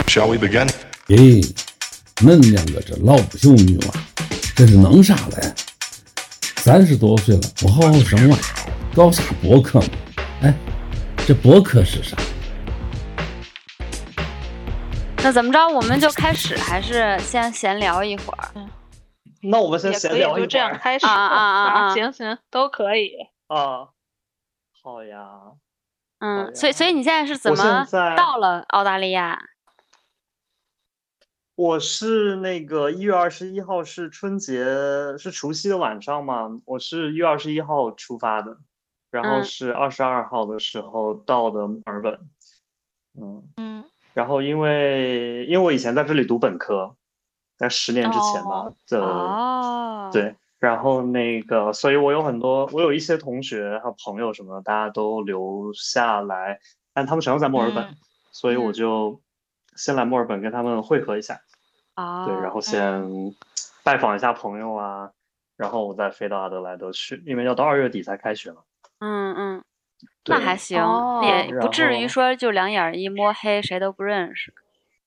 Shall we begin? 咦，恁两个这老不休女娃，这是弄啥嘞？30多岁了，不好好生娃，搞啥博客嘛？哎，这博客是啥？ 那怎么着，我们就开始，还是先闲聊一会儿？ 那我们先闲聊一会儿， 就这样开始行行，都可以啊。好呀， 所以你现在是怎么到了澳大利亚？ 我是那个1月21号是春节，是除夕的晚上嘛，我是1月21号出发的，然后是22号的时候到的墨尔本。然后因为我以前在这里读本科，在10年之前吧，对，然后那个，所以我有一些同学和朋友什么的，大家都留下来，但他们全都在墨尔本，所以我就先来墨尔本跟他们会合一下，对，然后先拜访一下朋友啊，然后我再飞到阿德莱德去，因为要到2月底才开学嘛。 那还行，也不至于说就两眼一摸黑谁都不认识。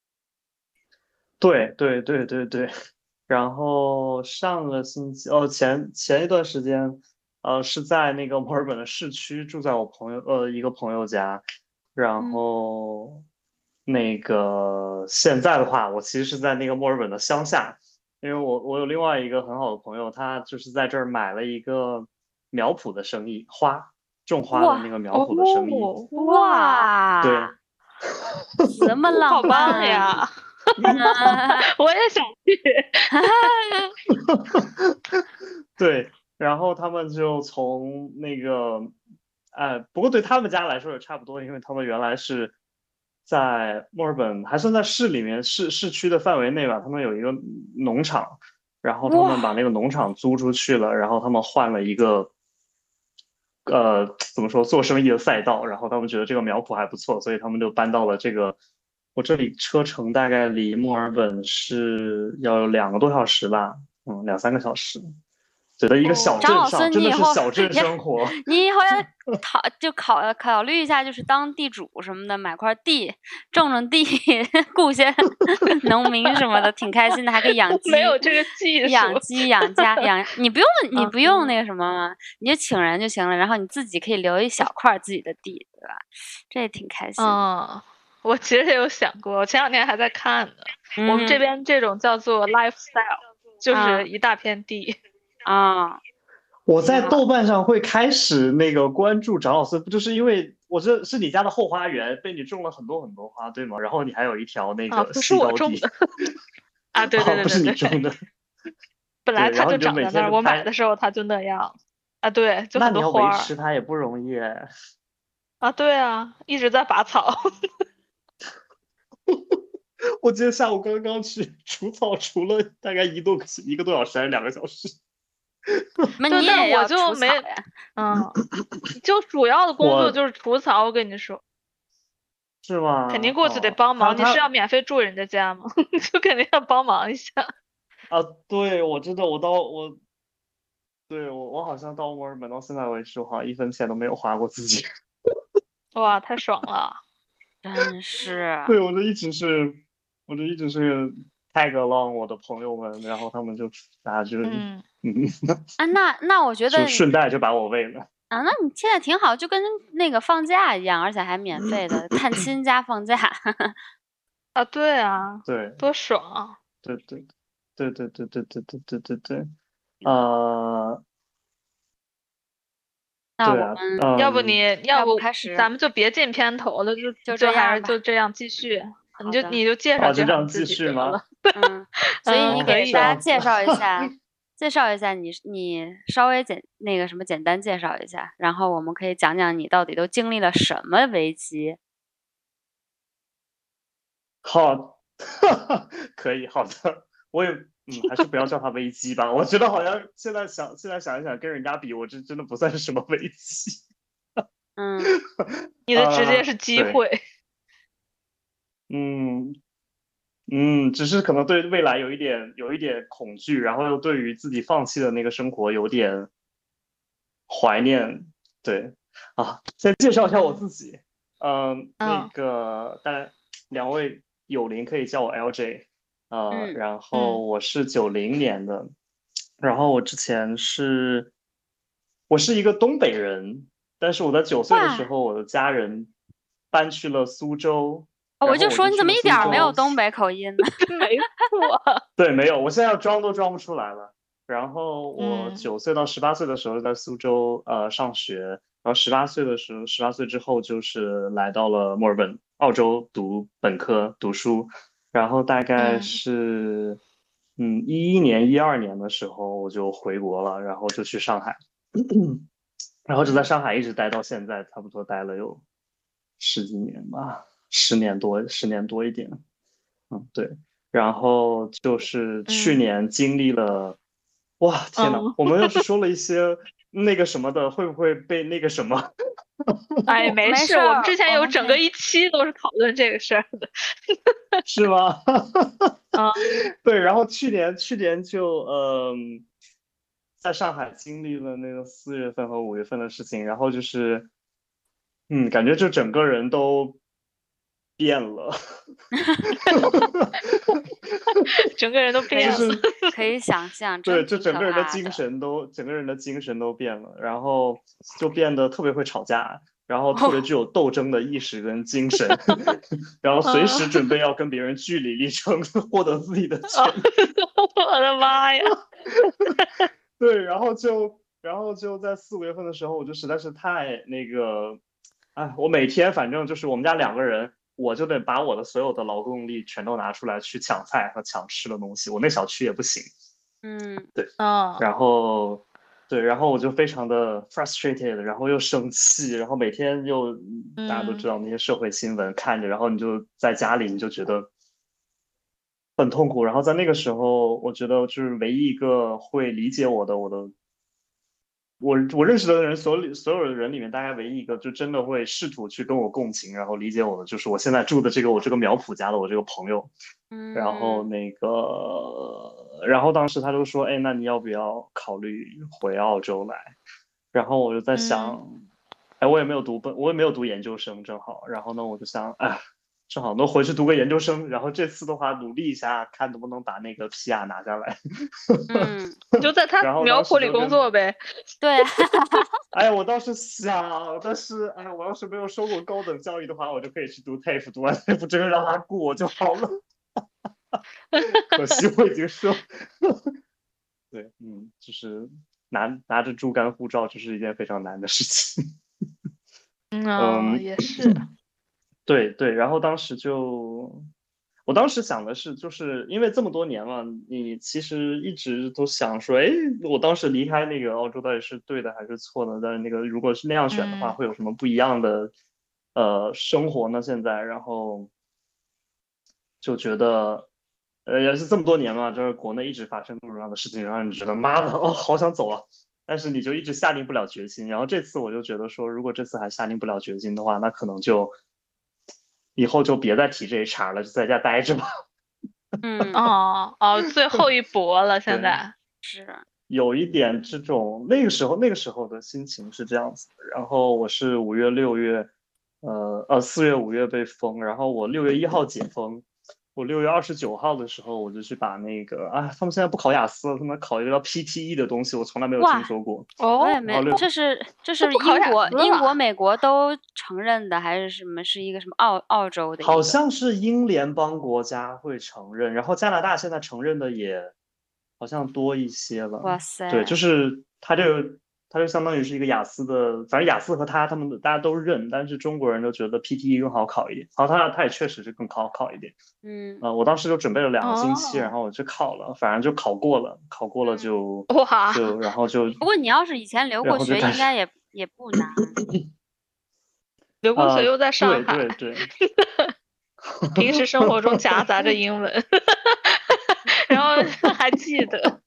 对，然后上个星期前一段时间，是在那个墨尔本的市区住在我一个朋友家，然后那个现在的话，我其实是在那个墨尔本的乡下，因为我有另外一个很好的朋友，他就是在这儿买了一个苗圃的生意，种花的那个苗圃的生意。 哇， 对， 什么浪漫呀！我也想去。 对，然后他们就从那个，不过对他们家来说也差不多，因为他们原来是在墨尔本，还算在市区的范围内吧。他们有一个农场，然后他们把那个农场租出去了，然后他们换了一个，怎么说做生意的赛道，然后他们觉得这个苗圃还不错，所以他们就搬到了这个。我这里车程大概离墨尔本是要2个多小时吧，2-3个小时。觉得一个小镇上真的是小镇生活。 你以后要考虑一下，就是当地主什么的，买块地，种地，雇些农民什么的，挺开心的，还可以养鸡。 没有这个技术。 养鸡养家你不用那个什么吗？你就请人就行了，然后你自己可以留一小块自己的地，对吧？这也挺开心。 我其实也有想过，我前2天还在看呢。我们这边这种叫做 lifestyle，就是一大片地。 我在豆瓣上会开始那个关注张老师，不就是因为我这是你家的后花园，被你种了很多很多花，对吗？然后你还有一条那个不是我种的。对， 不是你种的。 本来它就长在那儿，我买的时候它就那样。对，就很多花。 那你要维持它也不容易。 对啊，一直在拔草。 我今天下午刚刚去除草，除了大概1个多小时还是2个小时。 那你也要除草呀？ 就主要的工作就是除草，我跟你说。 是吗？ 肯定过去得帮忙。你是要免费住人家家吗？就肯定要帮忙一下。 对，我好像到墨尔本到现在为止，我好像1分钱都没有花过自己。 哇，太爽了！ 真是。 对，我就一直是 tag along 我的朋友们，然后他们就大家就那我觉得就顺带就把我喂了。 那你现在挺好，就跟那个放假一样，而且还免费的探亲加放假。 对啊， 对， 多爽！ 对， 那我们要不开始， 咱们就别进片头了， 就还是就这样继续。你就介绍就这样自己得了。 所以你给大家介绍一下，你稍微简单介绍一下，然后我们可以讲讲你到底都经历了什么危机。 好，可以，好的，我也还是不要叫它危机吧。我觉得好像现在想一想，跟人家比，我这真的不算是什么危机。 你的直接是机会。 只是可能对未来有一点恐惧，然后又对于自己放弃的那个生活有点怀念。对先介绍一下我自己。那个当然2位有可以叫我 LJ，然后嗯我是90年的，然后我是一个东北人，但是我在9岁的时哇， 候，我的家人搬去了苏州， 我就然后我就说你怎么一去了苏州。 点儿没有东北口音呢？ 没错。 对，没有，我现在要装都装不出来了。然后我嗯 9岁到18岁的时候在苏州上学，然后18岁之后就是来到了墨尔本，澳洲读本科读书，然后大概嗯是11年12年的时候我就回国了，然后就去上海，然后就在上海一直待到现在，差不多待了有十几年吧，10年多一点。对，然后就是去嗯年经历了，哇，天呐， 嗯， 我们要是说了一些那个什么的，会不会被那个什么？ 哎，没事， 没事儿， 我们之前有我们可以整个一期都是讨论这个事儿的。 是吗？ 嗯对，然后去年就在上海经历了那个4月份和5月份的事情，然后就是感觉就整个人都变了。 整个人都变了。 可以想象， 对， 真挺就整个人的可怕的。 整个人的精神都变了，然后就变得特别会吵架，然后特别具有斗争的意识跟精神，然后随时准备要跟别人据理力争，获得自己的权利。 我的妈呀！ 对，然后就在4、5月份的时候，我就实在是太那个，哎，我每天反正就是我们家2个人，我就得把我的所有的劳动力全都拿出来去抢菜和抢吃的东西，我那小区也不行。对，然后对，然后我就非常的 frustrated，然后又生气，然后每天又大家都知道那些社会新闻看着，然后你就在家里你就觉得很痛苦。然后在那个时候，我觉得就是唯一一个会理解我的我认识的人，所有的人里面，大概唯一一个就真的会试图去跟我共情，然后理解我的，就是我现在住的我这个苗圃家的我这个朋友。然后然后当时他就说，哎，那你要不要考虑回澳洲来？然后我就在想，哎，我也没有读研究生，正好，然后呢，我就想，哎，正好能回去读个研究生，然后这次的话努力一下，看能不能把那个 PR 拿下来。 你就在他苗圃里工作呗。 对。 哎，我倒是想，但是哎，我要是没有受过高等教育的话，我就可以去读 TAFE， 读完 TAFE 真的让他雇我就好了。可惜我已经说，对，就是拿着猪肝护照，这是一件非常难的事情。 也是。 对，然后我当时想的是，就是因为这么多年了，你其实一直都想说，哎，我当时离开那个澳洲到底是对的还是错的？但是那个如果是那样选的话，会有什么不一样的生活呢？现在，然后就觉得，也是这么多年嘛，就是国内一直发生各种各样的事情，让你觉得妈的，好想走啊！但是你就一直下定不了决心。然后这次我就觉得说，如果这次还下定不了决心的话，那可能就以后就别再提这一茬了，就在家待着吧。 最后一搏了，现在是有一点这种那个时候的心情是这样子的。然后我是5月6月，4月5月被封，然后我6月1号解封。我6月29号的时候，我就去把那个他们现在不考雅思了，他们考一个叫 PTE 的东西，我从来没有听说过。 我也没，这是英国、美国都承认的，还是什么？是一个什么澳洲的？ 好像是英联邦国家会承认，然后加拿大现在承认的也好像多一些了。 哇塞！ 对，就是它就相当于是一个雅思的，反正雅思和他们大家都认，但是中国人都觉得 PTE 更好考一点。然后它也确实是更好考一点。我当时就准备了2个星期，然后我就考了，反正就考过了就哇， 然后就。 不过你要是以前留过学，应该也不难。 留过学又在上海， 对。 平时生活中夹杂着英文，然后还记得。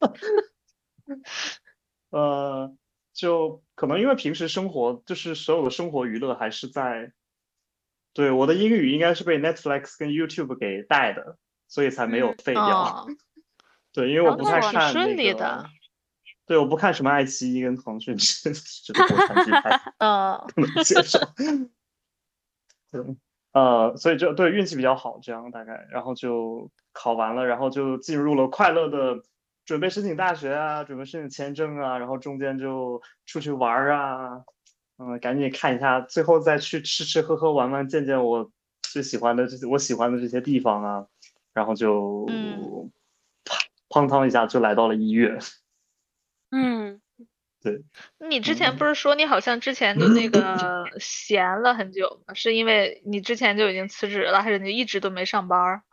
就可能因为平时生活就是所有的生活娱乐还是在，对，我的英语应该是被 Netflix 跟 YouTube 给带的，所以才没有废掉。对，因为我不太看顺利的。 对，我不看什么爱奇艺跟腾讯这个国产剧，不能接受。对， 所以就对运气比较好，这样大概，然后就考完了，然后就进入了快乐的准备申请大学啊，准备申请签证啊，然后中间就出去玩啊，赶紧看一下，最后再去吃吃喝喝玩玩，见见我最喜欢的我喜欢的这些地方啊，然后就砰当一下就来到了1月。对。 你之前不是说你好像之前就那个闲了很久吗？是因为你之前就已经辞职了，还是你一直都没上班？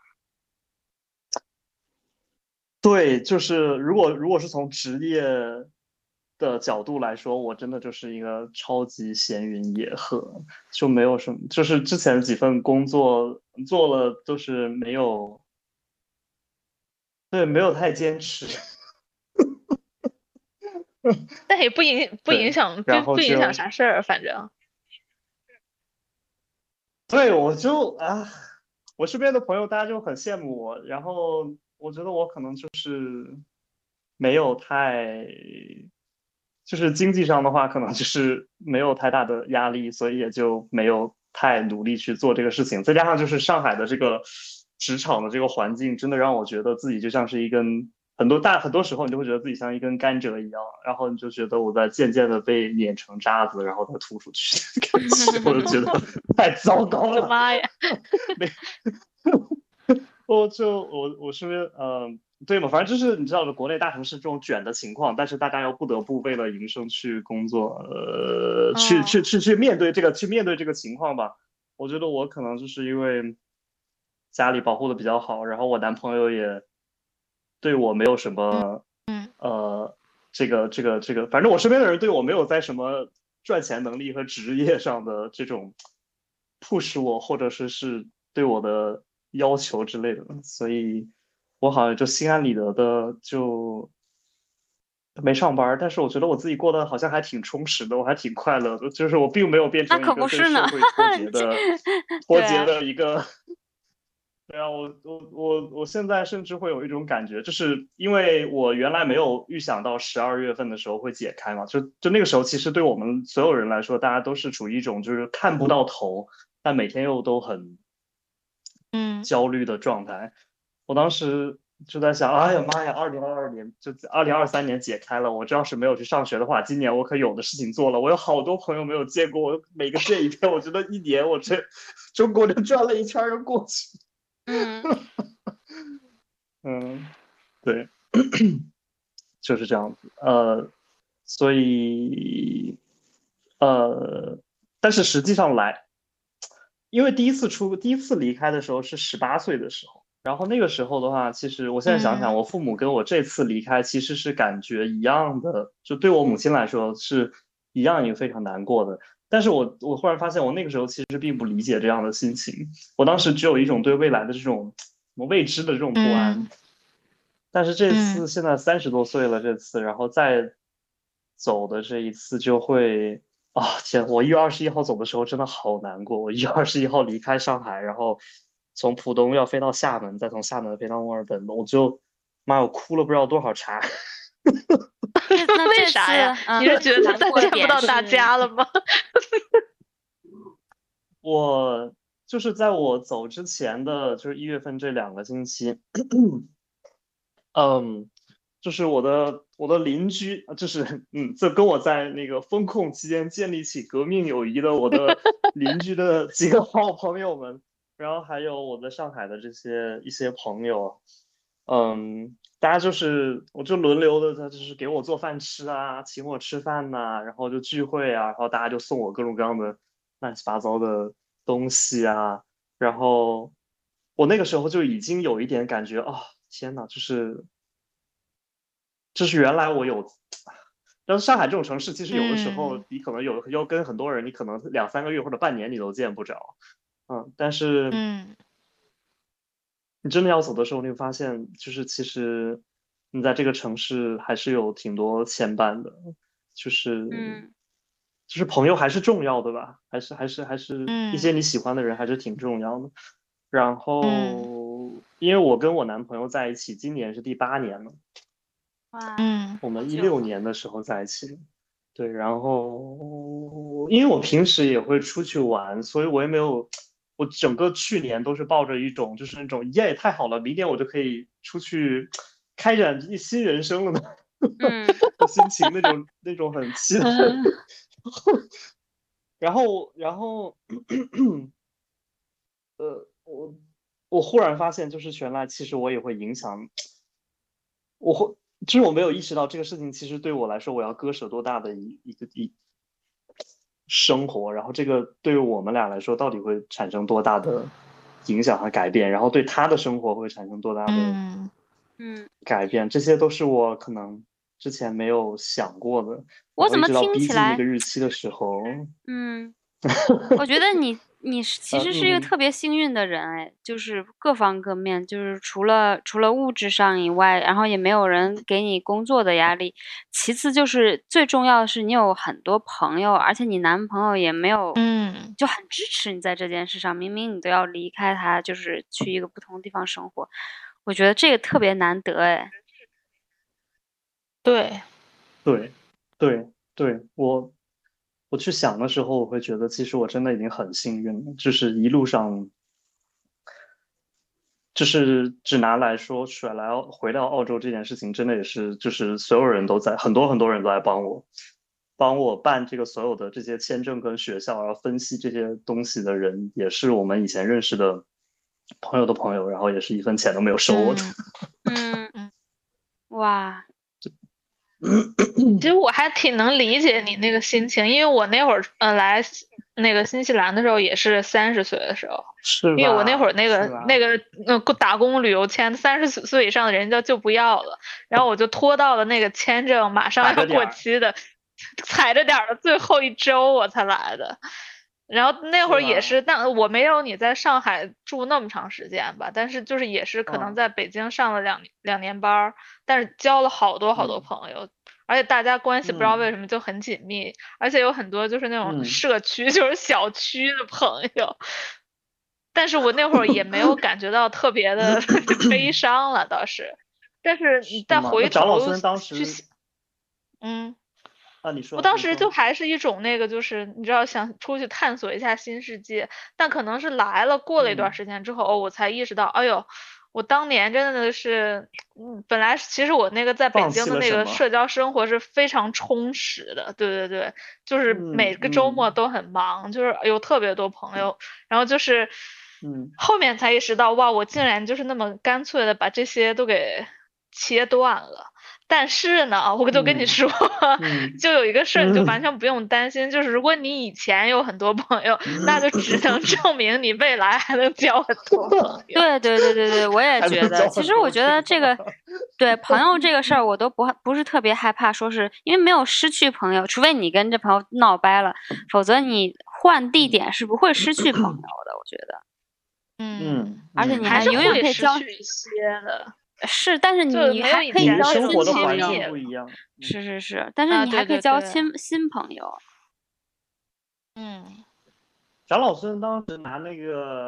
对，就是如果是从职业的角度来说，我真的就是一个超级闲云野鹤，就没有什么，就是之前几份工作做了都是没有，对，没有太坚持。 但也不影响， 然后不影响啥事儿，反正。 对，我身边的朋友大家就很羡慕我，然后我觉得我可能就是没有太，就是经济上的话，可能就是没有太大的压力，所以也就没有太努力去做这个事情。再加上就是上海的这个职场的这个环境，真的让我觉得自己就像是一根很多时候你就会觉得自己像一根甘蔗一样，然后你就觉得我在渐渐的被碾成渣子，然后再吐出去的感觉，我就觉得太糟糕了。 我的妈呀！ 我身边对嘛，反正就是你知道的，国内大城市这种卷的情况，但是大家又不得不为了营生去工作，去面对这个情况吧。我觉得我可能就是因为家里保护的比较好，然后我男朋友也对我没有什么，反正我身边的人对我没有在什么赚钱能力和职业上的这种 push 我，或者是对我的要求之类的，所以我好像就心安理得的就没上班，但是我觉得我自己过得好像还挺充实的，我还挺快乐的，就是我并没有变成一个跟社会脱节的一个。对啊，我现在甚至会有一种感觉，就是因为我原来没有预想到12月份的时候会解开嘛，就那个时候，其实对我们所有人来说，大家都是处于一种就是看不到头，但每天又都很焦虑的状态。我当时就在想，哎呀妈呀，2022年就2023年解开了，我这要是没有去上学的话，今年我可有的事情做了。我有好多朋友没有见过，我每个见一遍，我觉得一年我这中国就转了一圈就过去。对，就是这样子。所以但是实际上因为第一次离开的时候是18岁的时候，然后那个时候的话，其实我现在想想，我父母跟我这次离开其实是感觉一样的，就对我母亲来说是一样也非常难过的。但是我忽然发现，我那个时候其实并不理解这样的心情，我当时只有一种对未来的这种什么未知的这种不安。但是这次现在30多岁了，这次然后再走的这一次就会天！我1月21号走的时候真的好难过。我1月21号离开上海，然后从浦东要飞到厦门，再从厦门飞到墨尔本，我哭了不知道多少茬。 为啥呀？你是觉得再见不到大家了吗？ 我就是在我走之前的就是1月份这2个星期，就是我的邻居，就是这跟我在那个风控期间建立起革命友谊的我的邻居的几个好朋友们，然后还有我在上海的一些朋友，大家我就轮流的，就是给我做饭吃啊，请我吃饭呐，然后就聚会啊，然后大家就送我各种各样的乱七八糟的东西啊，然后我那个时候就已经有一点感觉天呐，就是原来我有，但是上海这种城市，其实有的时候你可能要跟很多人，你可能2、3个月或者半年你都见不着，但是你真的要走的时候，你会发现，就是其实你在这个城市还是有挺多牵绊的，就是朋友还是重要的吧，还是一些你喜欢的人还是挺重要的。然后，因为我跟我男朋友在一起，今年是第8年了。 哇， 我们16年的时候在一起，对，然后因为我平时也会出去玩，所以我也没有我整个去年都是抱着一种就是那种耶太好了，明年我就可以出去开展一新人生了的的心情，那种很期待。然后我忽然发现，就是原来其实我也会影响，就是我没有意识到这个事情，其实对我来说，我要割舍多大的一个生活，然后这个对于我们俩来说，到底会产生多大的影响和改变，然后对他的生活会产生多大的改变，这些都是我可能之前没有想过的。 我怎么直到听起来逼近那个日期的时候， 我觉得你其实是一个特别幸运的人，哎，就是各方各面，就是除了物质上以外，然后也没有人给你工作的压力。其次就是最重要的是你有很多朋友，而且你男朋友也没有，就很支持你在这件事上。明明你都要离开他，就是去一个不同的地方生活，我觉得这个特别难得，哎。 对， 我去想的时候，我会觉得其实我真的已经很幸运了，就是一路上，就是只拿来说回到澳洲这件事情，真的也是就是所有人都在，很多人都在帮我办这个所有的这些签证跟学校，然后分析这些东西的人，也是我们以前认识的朋友的朋友，然后也是一分钱都没有收我的。 哇。 其实我还挺能理解你那个心情，因为我那会儿来那个新西兰的时候也是30岁的时候，因为我那会儿那个打工旅游签30岁以上的人就不要了，然后我就拖到了那个签证马上要过期的，踩着点儿的最后一周我才来的。然后那会儿也是，但我没有你在上海住那么长时间吧，但是就是也是可能在北京上了两年班，但是交了好多朋友，而且大家关系不知道为什么就很紧密，而且有很多就是那种社区，就是小区的朋友。但是我那会儿也没有感觉到特别的悲伤了，倒是。但是你再回头去想， 你说。 我当时就还是一种那个，就是你知道想出去探索一下新世界，但可能是来了过了一段时间之后，我才意识到，哎呦，我当年真的是，本来其实我那个在北京的那个社交生活是非常充实的，对，就是每个周末都很忙，就是有特别多朋友，然后就是后面才意识到，哇，我竟然就是那么干脆的把这些都给切断了。但是呢，我就跟你说，就有一个事儿，你就完全不用担心，就是如果你以前有很多朋友，那就只能证明你未来还能交很多朋友。 对，我也觉得。其实我觉得这个，对朋友这个事儿，我都不是特别害怕，说是因为没有失去朋友，除非你跟这朋友闹掰了，否则你换地点是不会失去朋友的，我觉得。而且你还永远可以交一些的。 是，但是你还可以交新朋友， 不一样。 是，但是你还可以交新朋友。 张老师当时拿那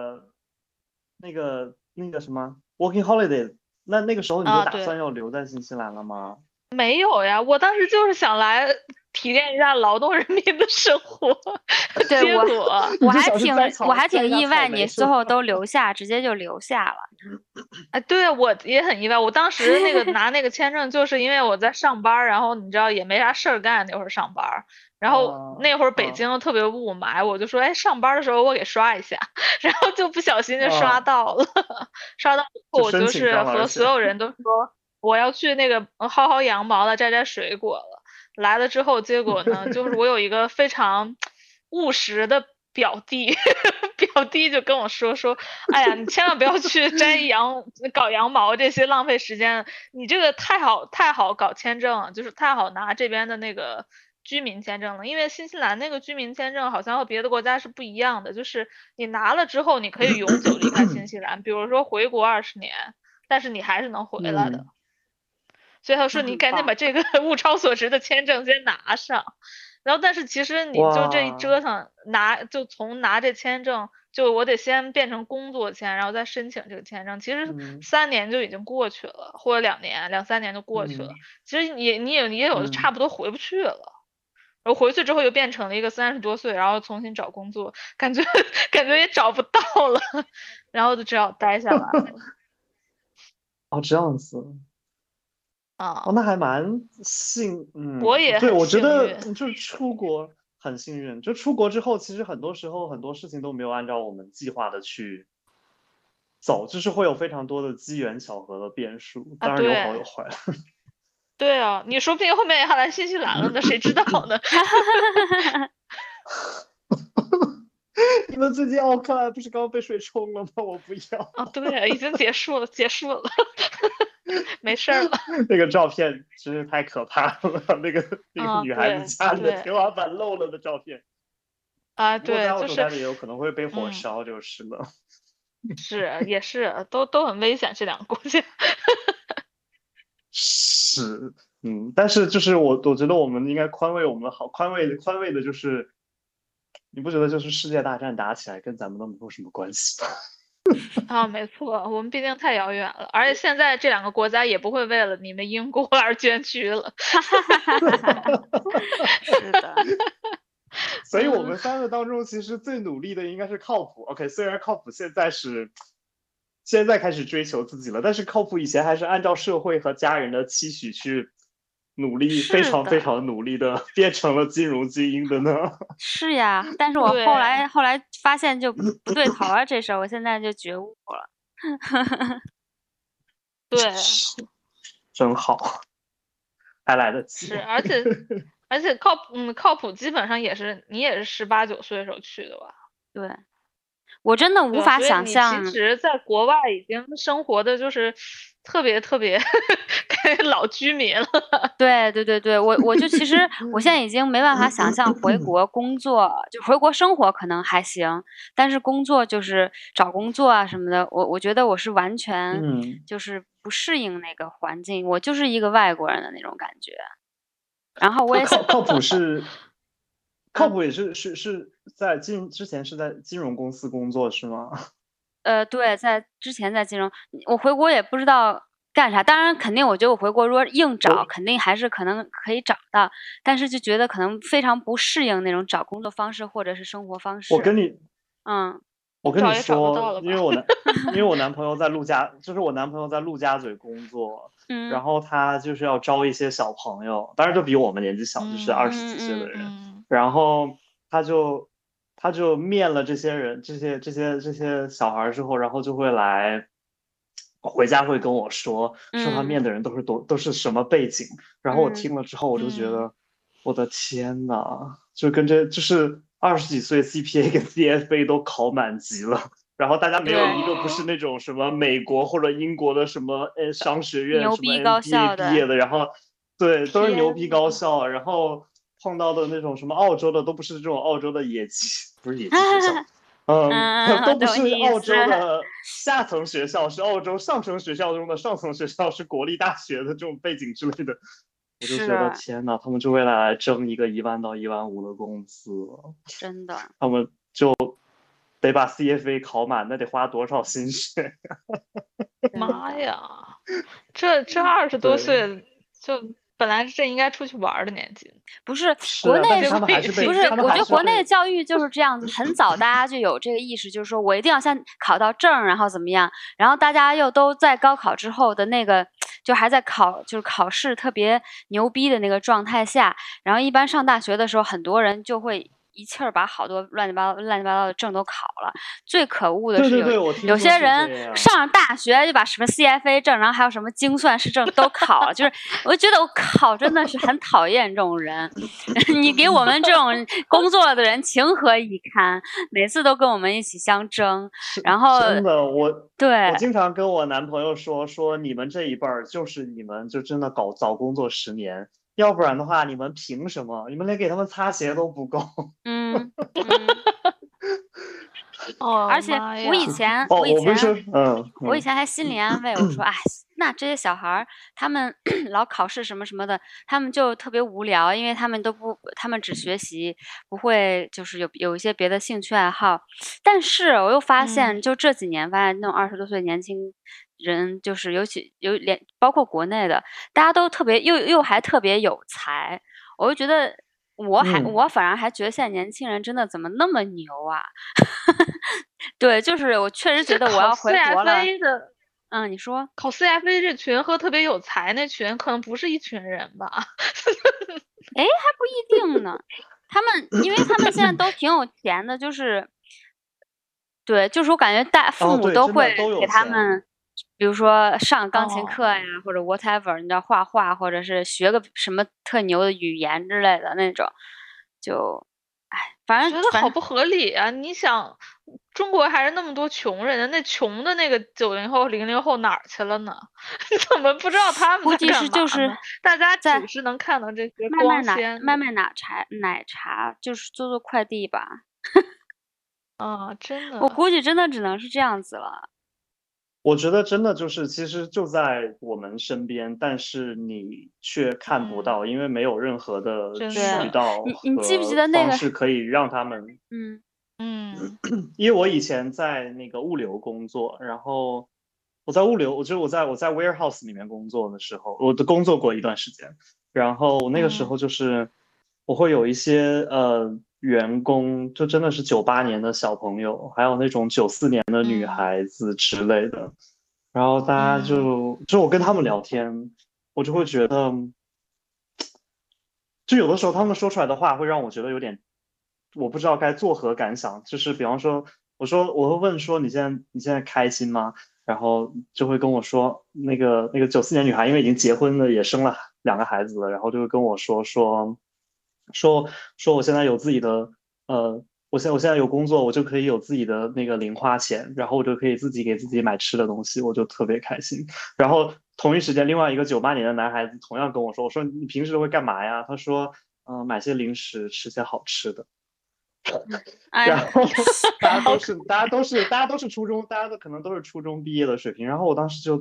个什么 working holiday， 那个时候你就打算要留在新西兰了吗？ 没有呀，我当时就是想来体验一下劳动人民的生活。 对， 结果我还挺意外，你最后都留下，直接就留下了。 对，我也很意外。我当时那个拿那个签证，就是因为我在上班，然后你知道也没啥事儿干，那会儿上班，然后那会儿北京特别雾霾，我就说，哎，上班的时候我给刷一下，然后就不小心就刷到了，刷到以后我就是和所有人都说我要去那个薅羊毛了，摘水果了。来了之后，结果呢，就是我有一个非常务实的表弟，表弟就跟我说，哎呀，你千万不要去搞羊毛这些，浪费时间。你这个太好搞签证，就是太好拿这边的那个居民签证了。因为新西兰那个居民签证好像和别的国家是不一样的，就是你拿了之后，你可以永久离开新西兰，比如说回国20年，但是你还是能回来的。所以他说你赶紧把这个物超所值的签证先拿上。然后但是其实你就这一折腾就从拿这签证，就我得先变成工作签，然后再申请这个签证，其实3年就已经过去了，或者2年2-3年就过去了。其实你也有差不多回不去了。 然后回去之后又变成了一个30多岁，然后重新找工作，感觉也找不到了，然后就只好待下来了。 哦，这样子。 啊， 那还蛮对， 我也很我觉幸运。 得就是出国很幸运，就出国之后，其实很多时候很多事情都没有按照我们计划的去走，就是会有非常多的机缘巧合的变数， 啊， 当然有好有坏。 对啊，你说不定后面还来新西兰了呢，谁知道呢？ 你们最近奥克兰不是刚被水冲了吗？我不要。 啊，对，已经结束了，没事儿了。 那个照片真是太可怕了，那个女孩子家里的天花板漏了的照片。 啊， 不过在对， 澳洲待着也有可能会被火烧，就是了。 是，也是，都很危险，这两个国家。 是，但是就是我觉得我们应该宽慰我们好，宽慰的就是，你不觉得就是世界大战打起来跟咱们都没有什么关系吗？ 啊，没错，我们毕竟太遥远了，而且现在这两个国家也不会为了你们英国而捐躯了。 是的。 所以我们3个当中，其实最努力的应该是靠谱。OK， 虽然靠谱现在开始追求自己了，但是靠谱以前还是按照社会和家人的期许去努力，非常非常努力的变成了金融精英的呢。 是呀，但是我后来发现就不对头了，这事儿我现在就觉悟了。 对， 真好，还来得及。 是，而且靠谱基本上你也是18、19岁的时候去的吧？ 对，我真的无法想象。 其实在国外已经生活的就是特别老居民了。 对，我就其实我现在已经没办法想象回国工作，就回国生活可能还行，但是工作就是找工作啊什么的，我觉得我是完全就是不适应那个环境，我就是一个外国人的那种感觉。然后我也靠谱也是在之前是在金融公司工作是吗？ 对，之前在金融，我回国也不知道干啥。当然，肯定我觉得我回国如果硬找，肯定还是可能可以找到，但是就觉得可能非常不适应那种找工作方式或者是生活方式。 我跟你说， 因为我男朋友在陆家，就是我男朋友在陆家嘴工作，然后他就是要招一些小朋友，当然就比我们年纪小，就是20几岁的人，然后他就面了这些人，这些小孩之后，然后就会回家会跟我说他面的人都是什么背景，然后我听了之后我就觉得，我的天呐，就跟就是20几岁 CPA 跟 CFA 都考满级了，然后大家没有一个不是那种什么美国或者英国的什么商学院什么 MBA 毕业的，然后对都是牛逼高校，然后碰到的那种什么澳洲的都不是这种澳洲的野鸡，不是野鸡学校。都不是澳洲的下层学校，是澳洲上层学校中的上层学校，是国立大学的这种背景之类的，我就觉得天哪，他们就为了来争一个1万到1万5的工资， 真的， 他们就得把 CFA 考满，那得花多少心血？ 妈呀，这20多岁就。本来这应该出去玩的年纪， 不是国内不是，我觉得国内的教育就是这样子，很早大家就有这个意识，就是说我一定要先考到证，然后怎么样，然后大家又都在高考之后的那个，就还在就是考试特别牛逼的那个状态下，然后一般上大学的时候，很多人就会一气儿把好多乱七八糟的证都考了。最可恶的是有些人上大学就把什么 CFA 证，然后还有什么精算师证都考了，就是我觉得我考真的是很讨厌这种人。你给我们这种工作的人情何以堪？每次都跟我们一起相争，然后真的我对经常跟我男朋友说你们这一辈儿就是你们就真的早工作10年。要不然的话，你们凭什么？你们连给他们擦鞋都不够。 而且我以前还心理安慰我说，哎，那这些小孩他们老考试什么什么的，他们就特别无聊，因为他们只学习，不会就是有一些别的兴趣爱好。但是我又发现，就这几年发现那种20多岁年轻人，就是包括国内的，大家都特别又还特别有才，我就觉得我反而还觉得现在年轻人真的怎么那么牛啊？对，就是我确实觉得我要回国了。你说考 CFA 这群和特别有才那群可能不是一群人吧？ 哎，还不一定呢。因为他们现在都挺有钱的，就是对，就是我感觉父母都会给他们，比如说上钢琴课呀，或者 whatever，你知道画画，或者是学个什么特牛的语言之类的那种，就，反正觉得好不合理啊！你想，中国还是那么多穷人，那穷的那个90后、00后哪儿去了呢？怎么不知道他们在干嘛呢？ 就是大家只是能看到这些光鲜， 卖奶茶，就是做快递吧。 真的， 我估计真的只能是这样子了。 我觉得真的就是其实就在我们身边，但是你却看不到，因为没有任何的渠道和方式可以让他们。因为我以前在那个物流工作，然后我在物流，我在 warehouse 里面工作的时候，我都工作过一段时间，然后那个时候就是我会有一些员工，就真的是98年的小朋友，还有那种94年的女孩子之类的，然后大家就我跟他们聊天，我就会觉得，就有的时候他们说出来的话会让我觉得有点，我不知道该作何感想。就是比方说，我会问说你现在开心吗？然后就会跟我说那个94年女孩，因为已经结婚了，也生了2个孩子了，然后就会跟我说我现在有自己的我现在有工作，我就可以有自己的那个零花钱，然后我就可以自己给自己买吃的东西，我就特别开心。然后同一时间，另外一个98年的男孩子同样跟我说，我说你平时会干嘛呀？他说买些零食，吃些好吃的。然后大家都是初中，大家可能都是初中毕业的水平。然后我当时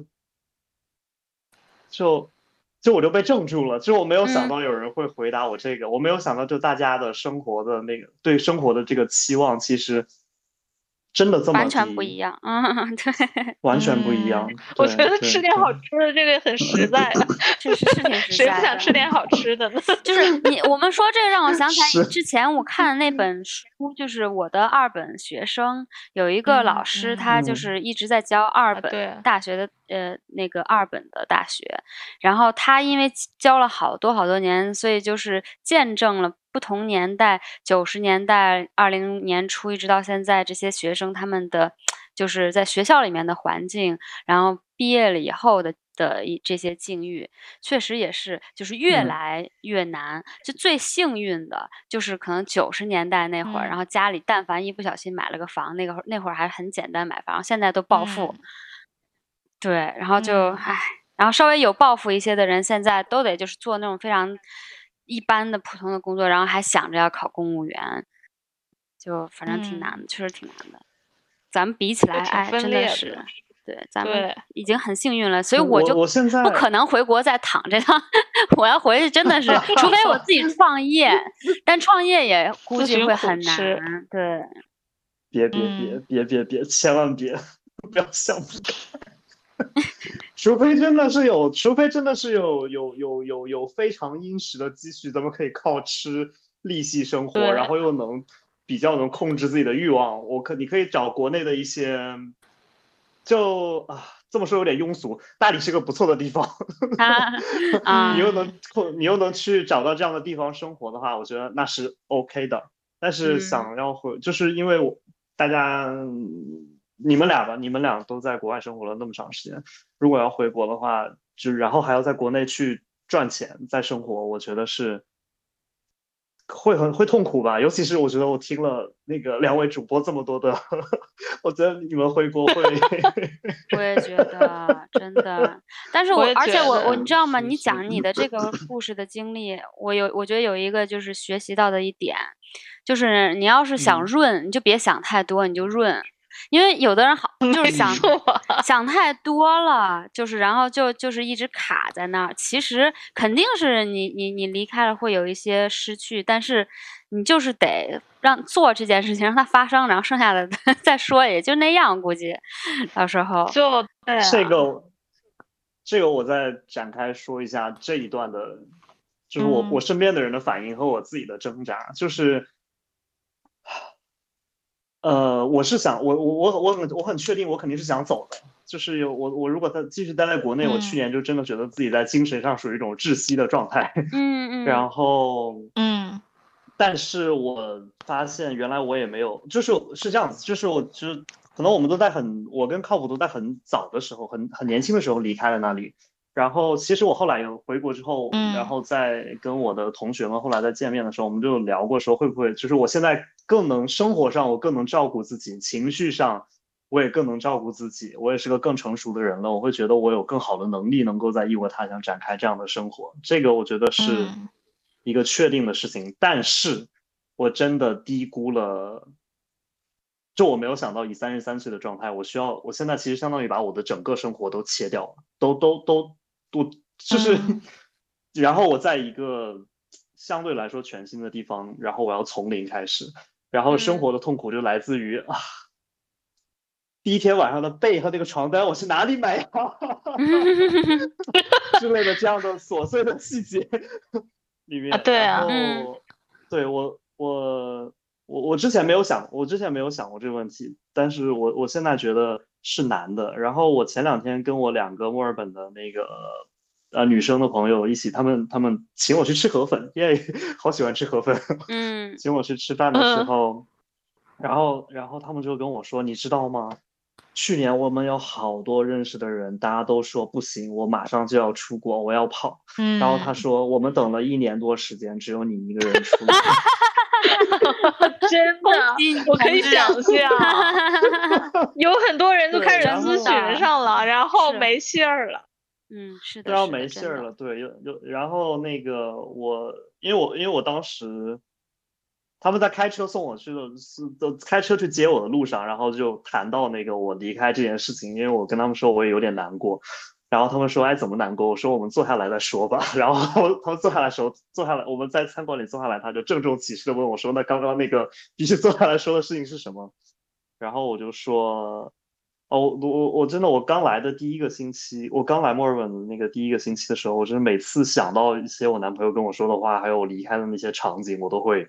我就被怔住了，就我没有想到有人会回答我这个，我没有想到就大家的生活的那个对生活的这个期望，其实真的这么完全不一样。对， 完全不一样。 我觉得吃点好吃的这个很实在啊， 是挺实在的。 谁不想吃点好吃的呢？ 就是我们说这个让我想起来之前我看的那本书，就是我的2本学生，有一个老师，他就是一直在教2本大学的那个2本的大学，然后他因为教了好多年，所以就是见证了不同年代90年代20年初一直到现在这些学生他们的就是在学校里面的环境，然后毕业了以后的这些境遇，确实也是就是越来越难。就最幸运的就是可能90年代那会儿，然后家里但凡一不小心买了个房，那会儿还很简单买房，现在都暴富。对，然后然后稍微有抱负一些的人，现在都得就是做那种非常一般的普通的工作，然后还想着要考公务员，就反正挺难的，确实挺难的。咱们比起来，真的是，对，咱们已经很幸运了，所以我就不可能回国再躺着趟。我要回去真的是，除非我自己创业，但创业也估计会很难。对， 别，千万别，不要想不开。除非真的是有非常殷实的积蓄，咱们可以靠吃利息生活，然后又比较能控制自己的欲望。你可以找国内的一些，这么说有点庸俗，大理是个不错的地方。你又能去找到这样的地方生活的话，我觉得那是 OK 的。但是想要就是因为大家。你们俩都在国外生活了那么长时间，如果要回国的话，然后还要在国内去赚钱再生活，我觉得是会痛苦吧。尤其是我觉得我听了那个2位主播这么多的，我觉得你们回国会。 我也觉得真的，但是而且你知道吗？你讲你的这个故事的经历，我觉得有一个就是学习到的一点，就是你要是想润，你就别想太多，你就润。因为有的人就是想太多了，就是然后就是一直卡在那儿。其实肯定是你离开了会有一些失去，但是你就是得做这件事情，让它发生，然后剩下的再说，也就那样。估计到时候这个我再展开说一下这一段的就是我身边的人的反应和我自己的挣扎，就是我是想我很确定我肯定是想走的，就是我如果继续待在国内，我去年就真的觉得自己在精神上属于一种窒息的状态，然后但是我发现原来我也没有，是这样子，就是可能我跟靠谱都在很早的时候，很年轻的时候离开了那里。然后其实我后来有回国之后，然后在跟我的同学们后来在见面的时候，我们就聊过说会不会就是我现在生活上我更能照顾自己，情绪上我也更能照顾自己，我也是个更成熟的人了，我会觉得我有更好的能力能够在异国他乡展开这样的生活，这个我觉得是一个确定的事情。但是我真的低估了，就我没有想到以33岁的状态，我现在其实相当于把我的整个生活都切掉了，都就是，然后我在一个相对来说全新的地方，然后我要从零开始，然后生活的痛苦就来自于第一天晚上的被和那个床单我去哪里买呀之类的这样的琐碎的细节里面， 对啊， 然后对我之前没有想过这个问题，但是我现在觉得是难的。然后我前2天跟我2个墨尔本的那个女生的朋友一起，他们请我去吃河粉，因为好喜欢吃河粉，请我去吃饭的时候，然后他们就跟我说，你知道吗？去年我们有好多认识的人，大家都说不行，我马上就要出国，我要跑。然后他说，我们等了1年多时间，只有你一个人出国。 真的，我可以想象，有很多人都开始咨询上了，然后没信儿了。 是的， 然后没信儿了，对，然后那个因为我当时他们在开车送我去的，开车去接我的路上，然后就谈到那个我离开这件事情，因为我跟他们说我也有点难过，然后他们说哎怎么难过？我说我们坐下来再说吧。然后他们坐下来，我们在餐馆里坐下来，他就郑重其事的问我说那刚刚那个必须坐下来说的事情是什么？然后我就说我真的我刚来的第一个星期，我刚来墨尔本的那个第一个星期的时候，我真的每次想到一些我男朋友跟我说的话，还有我离开的那些场景，我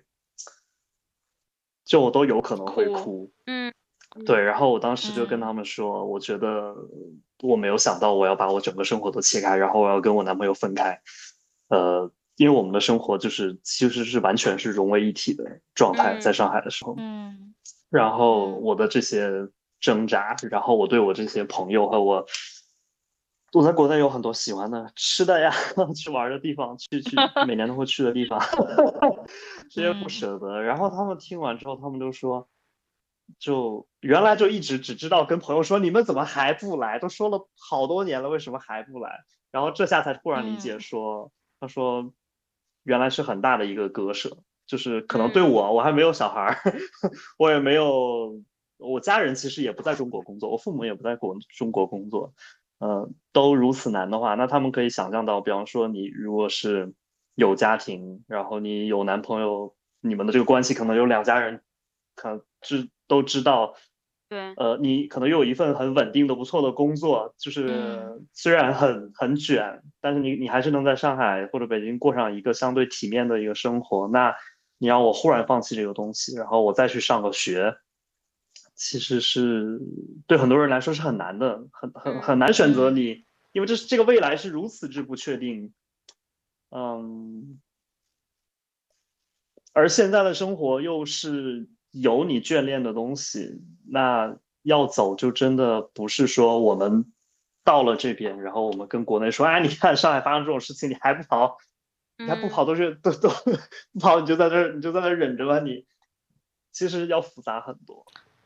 都有可能会哭。对，然后我当时就跟他们说，我觉得我没有想到我要把我整个生活都切开，然后我要跟我男朋友分开，因为我们的生活其实是完全是融为一体的状态，在上海的时候，然后我的这些挣扎，然后我对我这些朋友和我在国内有很多喜欢的吃的呀，去玩的地方，去每年都会去的地方，这些不舍得。然后他们听完之后，他们就说，原来就一直只知道跟朋友说你们怎么还不来，都说了好多年了，为什么还不来？然后这下才突然理解说，他说原来是很大的一个割舍，就是可能对我还没有小孩，我也没有，我家人其实也不在中国工作，我父母也不在中国工作。都如此难的话，那他们可以想象到，比方说你如果是有家庭，然后你有男朋友，你们的这个关系可能有2家人，可能都知道， 对， 你可能又有一份很稳定的不错的工作，就是虽然很卷，但是你还是能在上海或者北京过上一个相对体面的一个生活。那你让我忽然放弃这个东西，然后我再去上个学。其实是对很多人来说是很难的，很难选择你，因为这个未来是如此之不确定，而现在的生活又是有你眷恋的东西，那要走就真的不是说我们到了这边，然后我们跟国内说，哎，你看上海发生这种事情，你还不跑，你还不跑都不跑，你就在那忍着吧，你其实要复杂很多。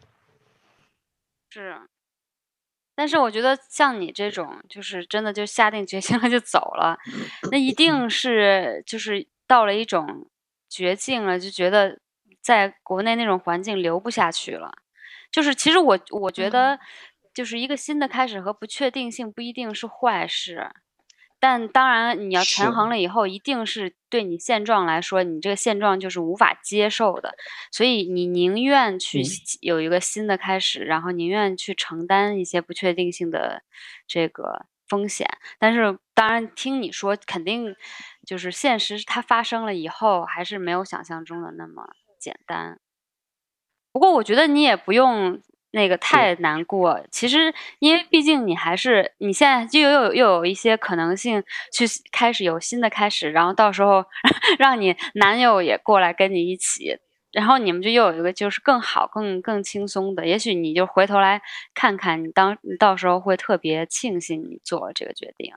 是，但是我觉得像你这种，就是真的就下定决心了就走了，那一定是就是到了一种绝境了，就觉得在国内那种环境留不下去了。就是其实我觉得，就是一个新的开始和不确定性不一定是坏事。但当然，你要权衡了以后，一定是对你现状来说，你这个现状就是无法接受的，所以你宁愿去有一个新的开始，然后宁愿去承担一些不确定性的这个风险。但是当然听你说，肯定就是现实它发生了以后，还是没有想象中的那么简单。不过我觉得你也不用那个太难过，其实因为毕竟你还是你现在就又有一些可能性去开始有新的开始，然后到时候让你男友也过来跟你一起，然后你们就又有一个就是更好更轻松的，也许你就回头来看看你到时候会特别庆幸你做了这个决定。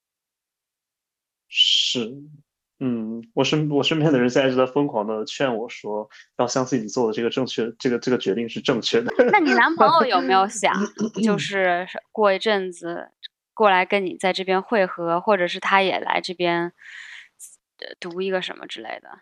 是，我身边的人现在就在疯狂的劝我说，要相信你做的这个这个决定是正确的。 那你男朋友有没有想，就是过一阵子过来跟你在这边会合，或者是他也来这边读一个什么之类的？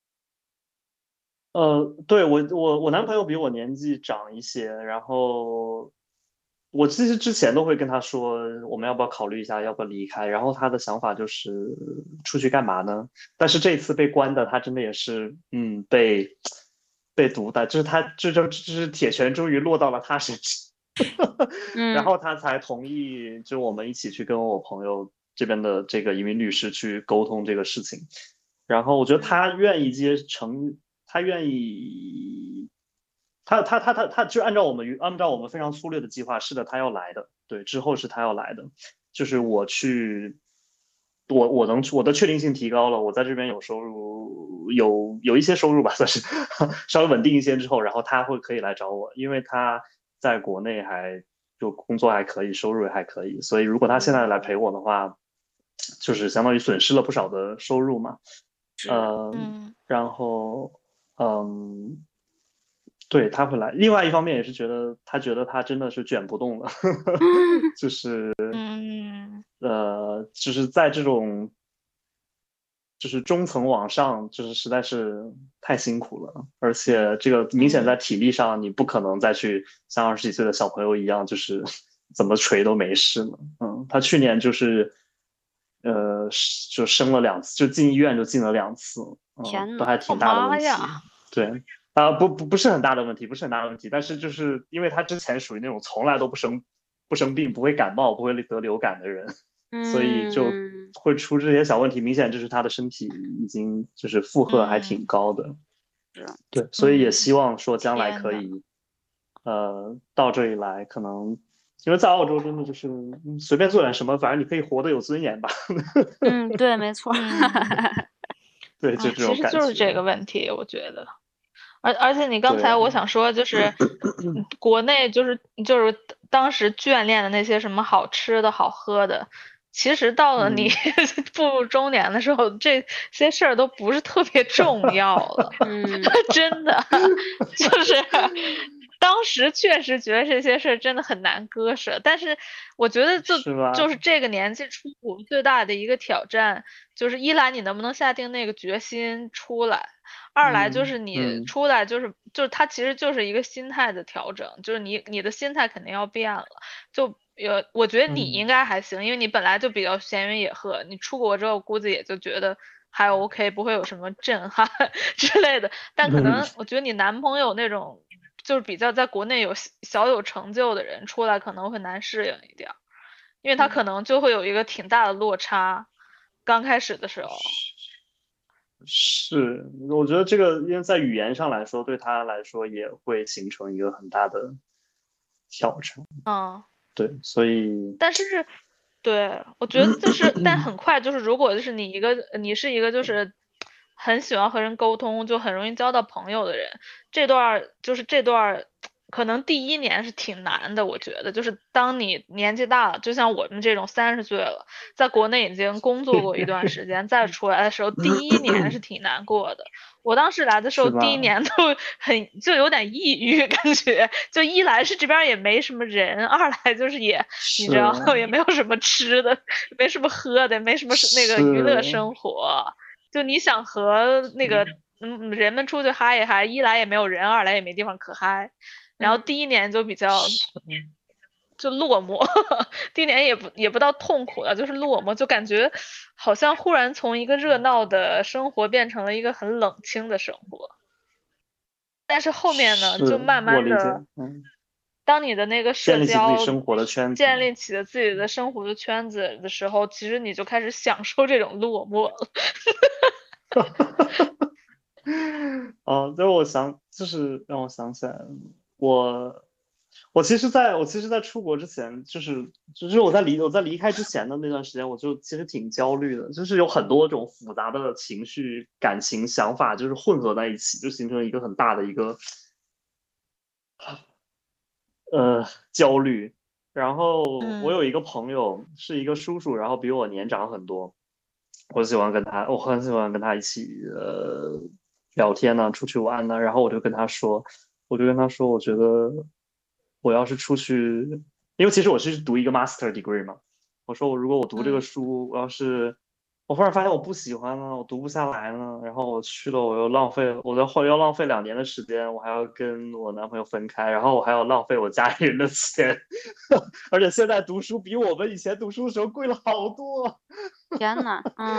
对，我男朋友比我年纪长一些，然后我其实之前都会跟他说，我们要不要考虑一下，要不要离开。然后他的想法就是出去干嘛呢？但是这次被关的他真的也是，被毒的，就是他就是铁拳终于落到了他身上，然后他才同意，就我们一起去跟我朋友这边的这个移民律师去沟通这个事情。然后我觉得他愿意他愿意，他就按照我们非常粗略的计划，是的，他要来的，对，之后是他要来的，就是我的确定性提高了，我在这边有收入，有一些收入吧，算是稍微稳定一些之后，然后他可以来找我，因为他在国内就工作还可以，收入也还可以，所以如果他现在来陪我的话，就是相当于损失了不少的收入嘛。然后对，他会来。另外一方面也是觉得他真的是卷不动了，就是就是在这种就是中层往上，就是实在是太辛苦了，而且这个明显在体力上，你不可能再去像20几岁的小朋友一样，就是怎么捶都没事了。他去年就是就生了2次，就进医院就进了2次，都还挺大的问题。对，不是很大的问题，不是很大的问题，但是就是因为他之前属于那种从来都不生病，不会感冒，不会得流感的人，所以就会出这些小问题。明显就是他的身体已经就是负荷还挺高的，对，所以也希望说将来可以到这里来，可能因为在澳洲真的就是随便做点什么，反正你可以活得有尊严吧。 对，没错。 对，就这种感觉。 其实就是这个问题，我觉得。而且你刚才我想说，就是国内就是当时眷恋的那些什么好吃的好喝的，其实到了你步入中年的时候，这些事儿都不是特别重要了。真的就是当时确实觉得这些事儿真的很难割舍，但是我觉得就是这个年纪出国最大的一个挑战，就是一来你能不能下定那个决心出来。二来就是你出来就是它其实就是一个心态的调整，就是你的心态肯定要变了。我觉得你应该还行，因为你本来就比较闲云野鹤，你出国之后估计也就觉得还 OK， 不会有什么震撼之类的。但可能我觉得你男朋友那种就是比较在国内小有成就的人出来可能会难适应一点，因为他可能就会有一个挺大的落差，刚开始的时候。 是，我觉得这个因为在语言上来说，对他来说也会形成一个很大的挑战。对，所以， 但是，对，我觉得就是，但很快就是，如果就是你是一个就是很喜欢和人沟通，就很容易交到朋友的人，这段可能第1年是挺难的，我觉得就是当你年纪大了，就像我们这种30岁了，在国内已经工作过一段时间，再出来的时候，第1年是挺难过的。我当时来的时候，第1年都就有点抑郁，感觉就一来是这边也没什么人，二来就是你知道也没有什么吃的，没什么喝的，没什么那个娱乐生活，就你想和那个人们出去嗨一嗨，一来也没有人，二来也没地方可嗨。然后第1年就比较就落寞，第1年也不到痛苦了，就是落寞，就感觉好像忽然从一个热闹的生活变成了一个很冷清的生活。但是后面呢，就慢慢的， 当你的那个建立起自社交己生活的圈子， 建立起了自己的生活的圈子的时候，其实你就开始享受这种落寞了。 就是让我想起来，我其实在出国之前，就是我在离开之前的那段时间，我就其实挺焦虑的，就是有很多种复杂的情绪、感情、想法，就是混合在一起，就形成一个很大的一个焦虑。然后我有一个朋友是一个叔叔，然后比我年长很多，我很喜欢跟他一起聊天呢，出去玩呢。然后我就跟他说，我觉得我要是出去，因为其实我是读一个 master degree 嘛，我说如果我读这个书，我忽然发现我不喜欢了，我读不下来了，然后我去了，我又浪费2年的时间，我还要跟我男朋友分开，然后我还要浪费我家里人的钱，而且现在读书比我们以前读书的时候贵了好多。 天呐，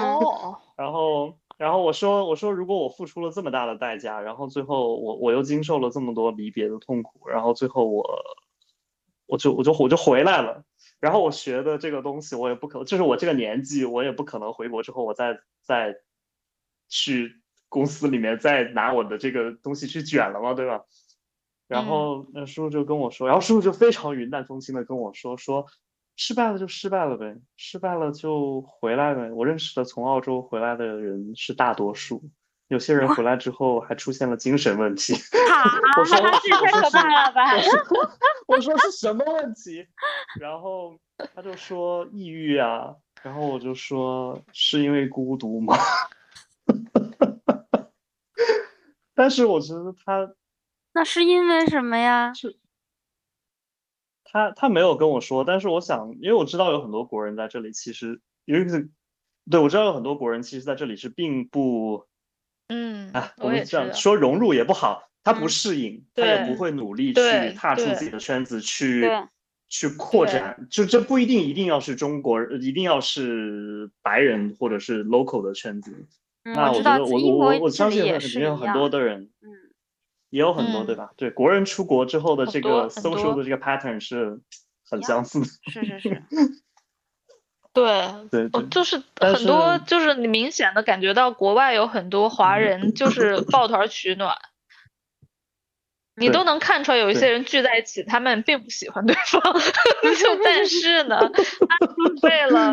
然后我说如果我付出了这么大的代价，然后最后我又经受了这么多离别的痛苦，然后最后我就回来了。然后我学的这个东西，我也不可能，就是我这个年纪，我也不可能回国之后，我再去公司里面再拿我的这个东西去卷了嘛，对吧？然后那叔叔就跟我说，然后叔叔就非常云淡风轻的跟我说，失败了就失败了呗，失败了就回来呗。我认识的从澳洲回来的人是大多数，有些人回来之后还出现了精神问题。我说这太可怕了吧？ 我说是什么问题？然后他就说抑郁啊，然后我就说是因为孤独吗？但是我觉得那是因为什么呀？ 他没有跟我说，但是我想，因为我知道有很多国人在这里，其实尤其是对我知道有很多国人其实在这里是并不，我们这样说融入也不好，他不适应，他也不会努力去踏出自己的圈子去扩展，就这不一定要是中国人，一定要是白人或者是 local 的圈子。那我觉得我相信肯定有很多的人，也有很多，对吧？对，国人出国之后的这个 social 的这个 pattern 是很相似的。 是。 对，就是很多，就是你明显的感觉到国外有很多华人就是抱团取暖，你都能看出来有一些人聚在一起，他们并不喜欢对方，但是呢，他就是为了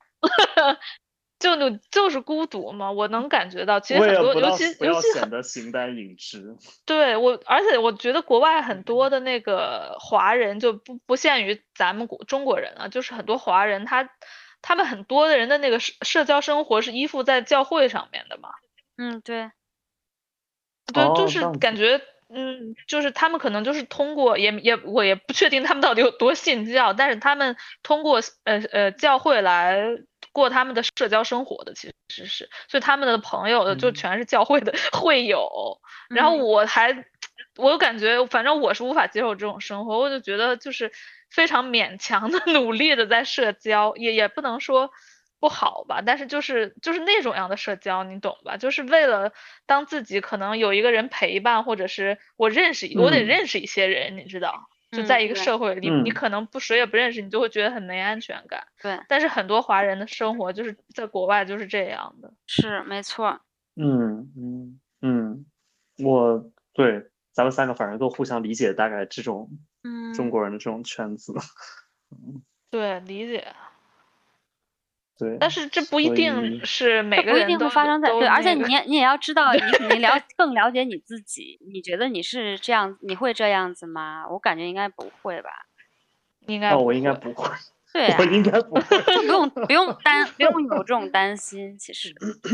就是孤独嘛，我能感觉到，其实很多，尤其不要显得形单影只。 对而且我觉得国外很多的那个华人就不限于咱们中国人啊，就是很多华人他们很多的人的那个社交生活是依附在教会上面的嘛。 对， 就是感觉就是他们可能就是通过我也不确定他们到底有多信教，但是他们通过教会来过他们的社交生活的，其实是，所以他们的朋友就全是教会的会友。然后我感觉反正我是无法接受这种生活，我就觉得就是非常勉强的努力的在社交，也不能说不好吧，但是就是那种样的社交，你懂吧？就是为了当自己可能有一个人陪伴，或者是我得认识一些人，你知道，就在一个社会里，你可能谁也不认识，你就会觉得很没安全感。 对， 但是很多华人的生活就是在国外就是这样的。 是没错。 对，咱们3个反正都互相理解大概这种中国人的这种圈子。 对，理解。 对， 但是这不一定是每个人都不一定会发生在对，而且你也要知道，你肯定更了解你自己。你觉得你是这样，你会这样子吗？我感觉应该不会吧。 我应该不会。 对， 我应该不会。 不用有这种担心，其实。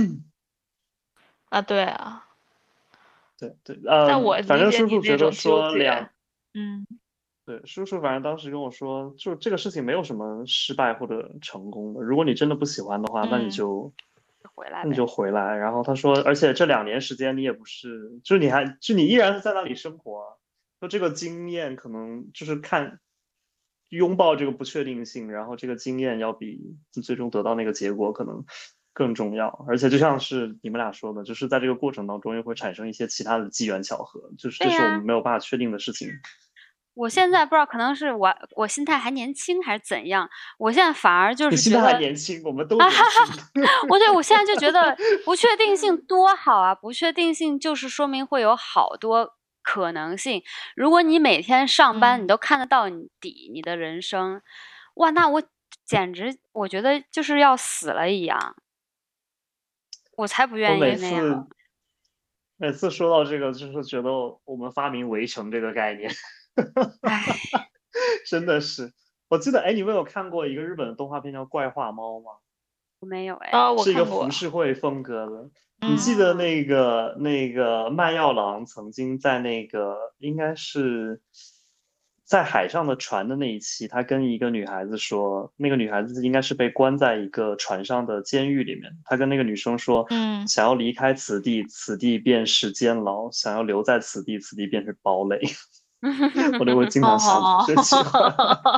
对啊。 对， 但我反正叔叔觉得说对， 叔叔反正当时跟我说，就这个事情没有什么失败或者成功的。如果你真的不喜欢的话，那你就回来。然后他说，而且这2年时间你也不是，你依然是在那里生活，就这个经验可能就是拥抱这个不确定性，然后这个经验要比最终得到那个结果可能更重要。而且就像是你们俩说的，就是在这个过程当中又会产生一些其他的机缘巧合，就是这是我们没有办法确定的事情。 我现在不知道，可能是我心态还年轻还是怎样，我现在反而就你心态还是觉得， 年轻，我们都年轻。 我现在就觉得不确定性多好啊！不确定性就是说明会有好多可能性。如果你每天上班，你都看得到你的人生，哇，那我简直我觉得就是要死了一样，我才不我愿意每那样。 次说到这个，就是觉得我们发明围城这个概念， 唉， 真的是。我记得，哎，你们有看过一个日本的动画片叫《怪画猫》吗？ 我没有哎。 啊，我是一个看过， 浮世绘风格的。你记嗯得那个慢药郎曾经在那个应该是在海上的船的那一期，他跟一个女孩子说，那个女孩子应该是被关在一个船上的监狱里面。他跟那个女生说， 嗯， 想要离开此地，此地便是监牢；想要留在此地，此地便是堡垒。我都会经常想哦， 这句话。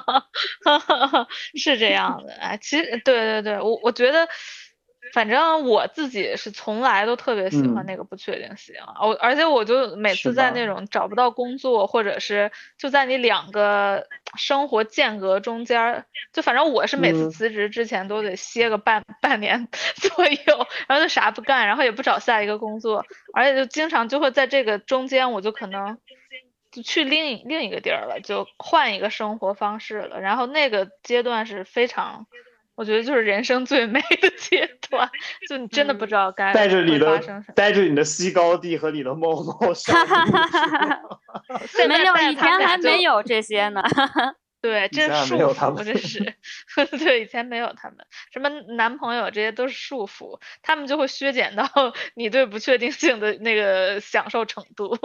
是这样的，哎，其实对对对，我觉得，反正我自己是从来都特别喜欢那个不确定性，而且我就每是吧？ 次在那种找不到工作，或者是就在你两个生活间隔中间儿，就反正我是每次嗯， 辞职之前都得歇个半年左右，然后就啥不干，然后也不找下一个工作，而且就经常就会在这个中间，我就可能就去另一个地儿了，就换一个生活方式了。然后那个阶段是非常，我觉得就是人生最美的阶段，就你真的不知道带着会你的发生什么。 带着你的西高地和你的猫猫上路是吗？ 现没有， 在带着他以前们俩就还没有这些呢。 对，这以前还没束缚， 有他们。 这是对，以前没有他们，什么男朋友这些都是束缚，他们就会削减到你对不确定性的那个享受程度。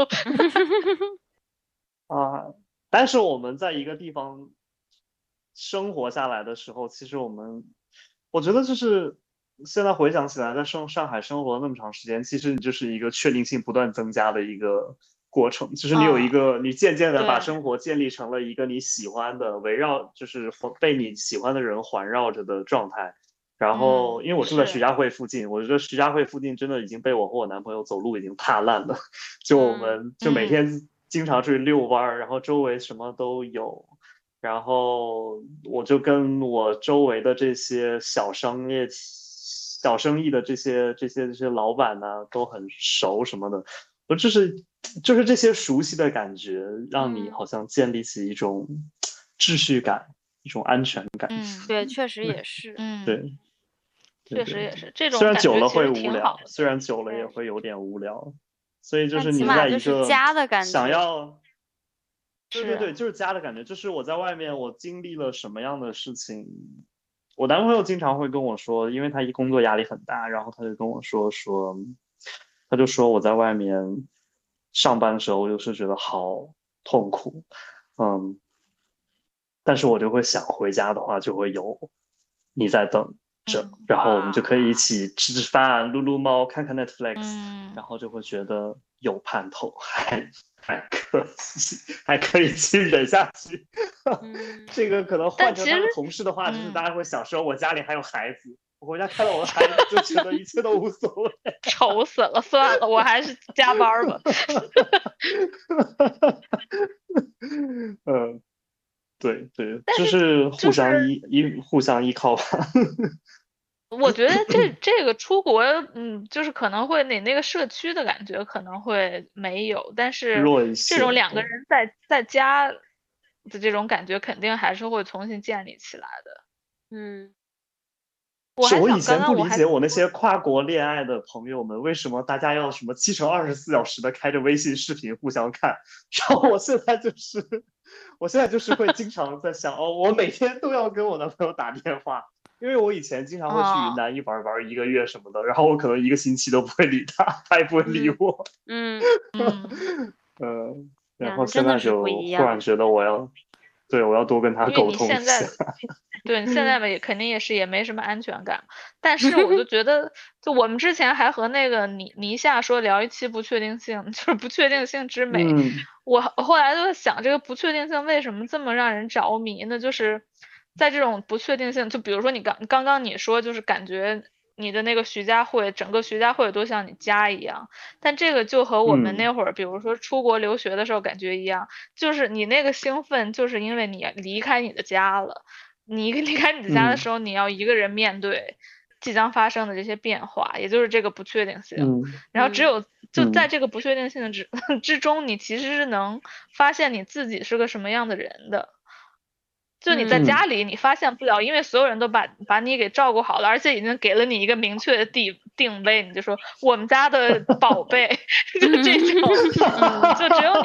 啊，但是我们在一个地方生活下来的时候，其实我觉得就是现在回想起来，在上海生活了那么长时间，其实你就是一个确定性不断增加的一个过程，就是你有一嗯， 个，你渐渐的把对， 生活建立成了一个你喜欢的，围绕就是被你喜欢的人环绕着的状态。然后，因为我住在徐是， 家汇附近，我觉得徐家汇附近真的已经被我和我男朋友走路已经踏烂了。就我们就每嗯天经常出去遛弯儿，然后周围什么都有，然后我就跟我周围的这些小生意的这些老板呢都很熟什么的，就是这些熟悉的感觉，让你好像建立起一种秩序感，一种安全感。 嗯对，确实也是。 嗯， 对对确实对对， 也是，这虽种然久了会感觉其实无聊， 挺好的。 虽然久了也对， 会有点无聊，所以就是但起你在码就是一个家的感想觉。 要。对对是， 对，就是家的感觉。就是我在外面，我经历了什么样的事情，我男朋友经常会跟我说，因为他一工作压力很大，然后他就跟我说，他就说我在外面上班的时候，就是觉得好痛苦，嗯，但是我就会想回家的话，就会有你在等着，然后我们就可以一哇， 起吃吃饭、撸撸猫、看看 Netflix， 嗯然后就会觉得有盼头，还可以去忍下去。 嗯， 这个可能换成但其实， 他们同事的话，就是大嗯， 家会想说，我家里还有孩子，我回家看到我的孩子，就觉得一切都无所谓。 愁死了，算了，我还是加班儿吧。 嗯，对对， 但是就是就是互相依靠吧。 我觉得这个出国，就是可能会你那个社区的感觉可能会没有，但是弱一这种些，对。 两个人在家的这种感觉肯定还是会重新建立起来的。 嗯， 我还想，刚是我以前不刚我还理解我那些跨国恋爱的朋友们，为什么大家要什么7乘24小时的开着微信视频互相看，然后我现在就是会经常在想，哦，我每天都要跟我男朋友打电话，因为我以前经常会去云啊， 南一玩一个月什么的，然后我可能一个星期都不会理他，他也不会理我。 嗯， 嗯， 然呀， 后现在那真的是不就一样。 忽然觉得我要多跟他因为沟通一下。 你现在吧也肯定也没什么安全感，但是我就觉得，就我们之前还和那个倪夏说聊一期不确定性，就是不确定性之美。 嗯我后来就在想，这个不确定性为什么这么让人着迷呢？就是在这种不确定性，就比如说你刚刚你说，就是感觉你的那个徐家汇，整个徐家汇都像你家一样。但这个就和我们那会儿，比如说出国留学的时候感觉一样，就是你那个兴奋，就是因为你离开你的家了。你离开你的家的时候，你要一个人面对即将发生的这些变化，也就是这个不确定性。然后只有就在这个不确定性的之中，你其实是能发现你自己是个什么样的人的。就你在家里，你发现不了，因为所有人都把你给照顾好了，而且已经给了你一个明确的定位，你就说我们家的宝贝，就这种，就只有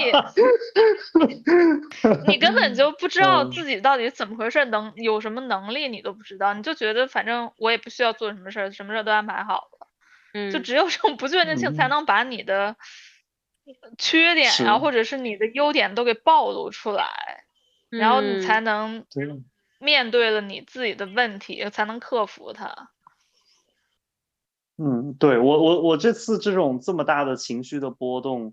你根本就不知道自己到底怎么回事，有什么能力你都不知道，你就觉得反正我也不需要做什么事儿，什么事儿都安排好了，就只有这种不确定性才能把你的缺点啊，或者是你的优点都给暴露出来。然后你才能面对了你自己的问题，才能克服它。 对，我这次这么大的情绪的波动，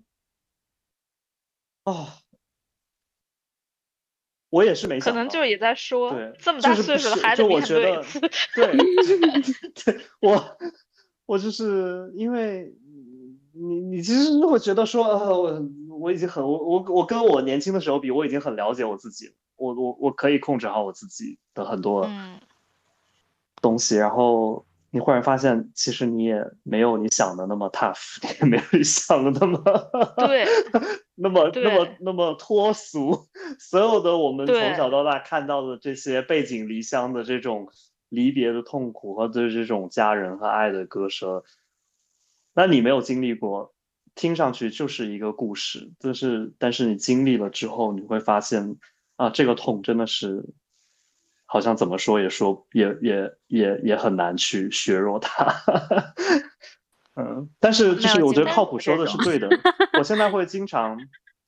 我也是没想到， 可能就是也在说， 对， 这么大岁数了还得面对一次。 对，我就是因为你其实会觉得说，我已经我跟我年轻的时候比，我已经很了解我自己了，我可以控制好我自己的很多东西，然后你忽然发现，其实你也没有你想的那么 tough， 你也没有你想的那么对， 那么脱俗。所有的我们从小到大看到的这些背井离乡的这种离别的痛苦和对这种家人和爱的割舍，那你没有经历过，听上去就是一个故事，但是你经历了之后，你会发现啊，这个痛真的是。好像怎么说也很难去削弱它，但是就是我觉得靠谱说的是对的。我现在经常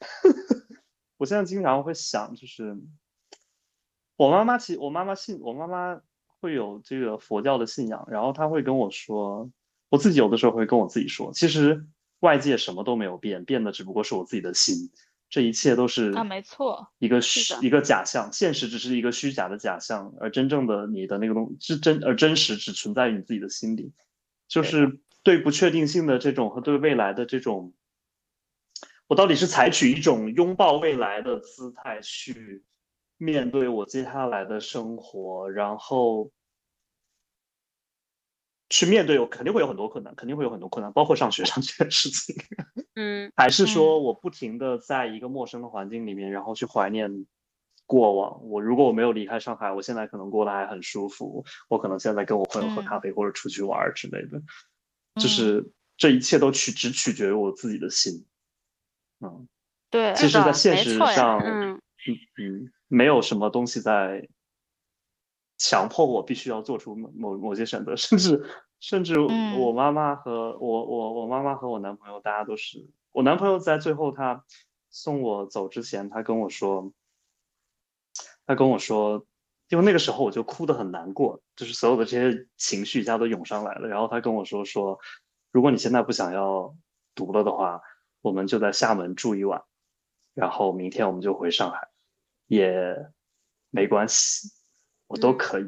会想，就是我妈妈会有这个佛教的信仰，然后她会跟我说，我自己有的时候会跟我自己说，其实外界什么都没有变，变的只不过是我自己的心。这一切都是没错， 一个假象，现实只是一个虚假的假象，而真正的你的那个东西真实只存在于你自己的心里。就是对不确定性的这种和对未来的这种，我到底是采取一种拥抱未来的姿态去面对我接下来的生活，然后去面对，我肯定会有很多困难，包括上学这件事情。还是说我不停的在一个陌生的环境里面，然后去怀念过往。如果我没有离开上海，我现在可能过得还很舒服，我可能现在跟我朋友喝咖啡或者出去玩之类的。就是这一切都只取决于我自己的心。 对， 其实在现实上，没有什么东西在强迫我必须要做出某些选择，甚至我妈妈和我妈妈和我男朋友，大家都是。我男朋友在最后他送我走之前，他跟我说，因为那个时候我就哭得很难过，就是所有的这些情绪一下都涌上来了。然后他跟我说，如果你现在不想要读了的话，我们就在厦门住一晚，然后明天我们就回上海，也没关系，我都可以。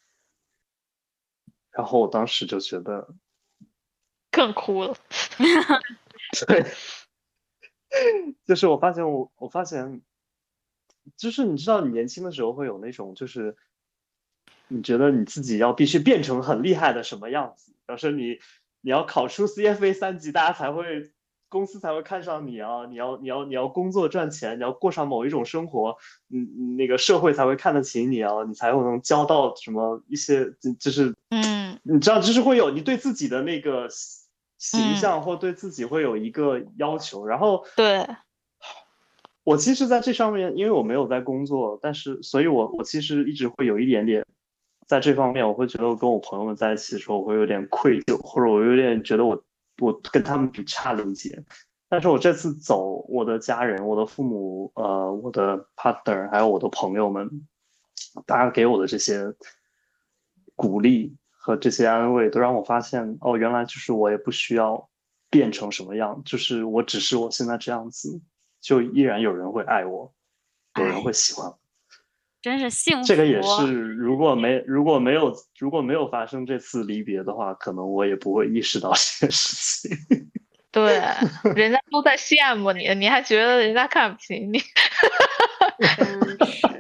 然后我当时就觉得更哭了。 对，就是我发现，就是你知道，你年轻的时候会有那种，就是你觉得你自己必须变成很厉害的什么样子，比如说你要考出 CFA 3级，公司才会看上你啊！你要工作赚钱，你要过上某一种生活，那个社会才会看得起你啊！你才会能交到什么一些，就是你知道，就是会有你对自己的那个形象或对自己会有一个要求，然后对， 我其实在这上面，因为我没有在工作，所以我其实一直会有一点点在这方面，我会觉得我跟我朋友们在一起的时候，我会有点愧疚，或者我有点觉得我跟他们比差了一截。但是我这次走，我的家人、我的父母、我的 partner 还有我的朋友们，大家给我的这些鼓励和这些安慰，都让我发现，原来就是我也不需要变成什么样，就是我只是我现在这样子，就依然有人会爱我，有人会喜欢我。 真是幸福。 这个也是，如果没有发生这次离别的话，可能我也不会意识到这件事情。 对，人家都在羡慕你，你还觉得人家看不起你。 真是，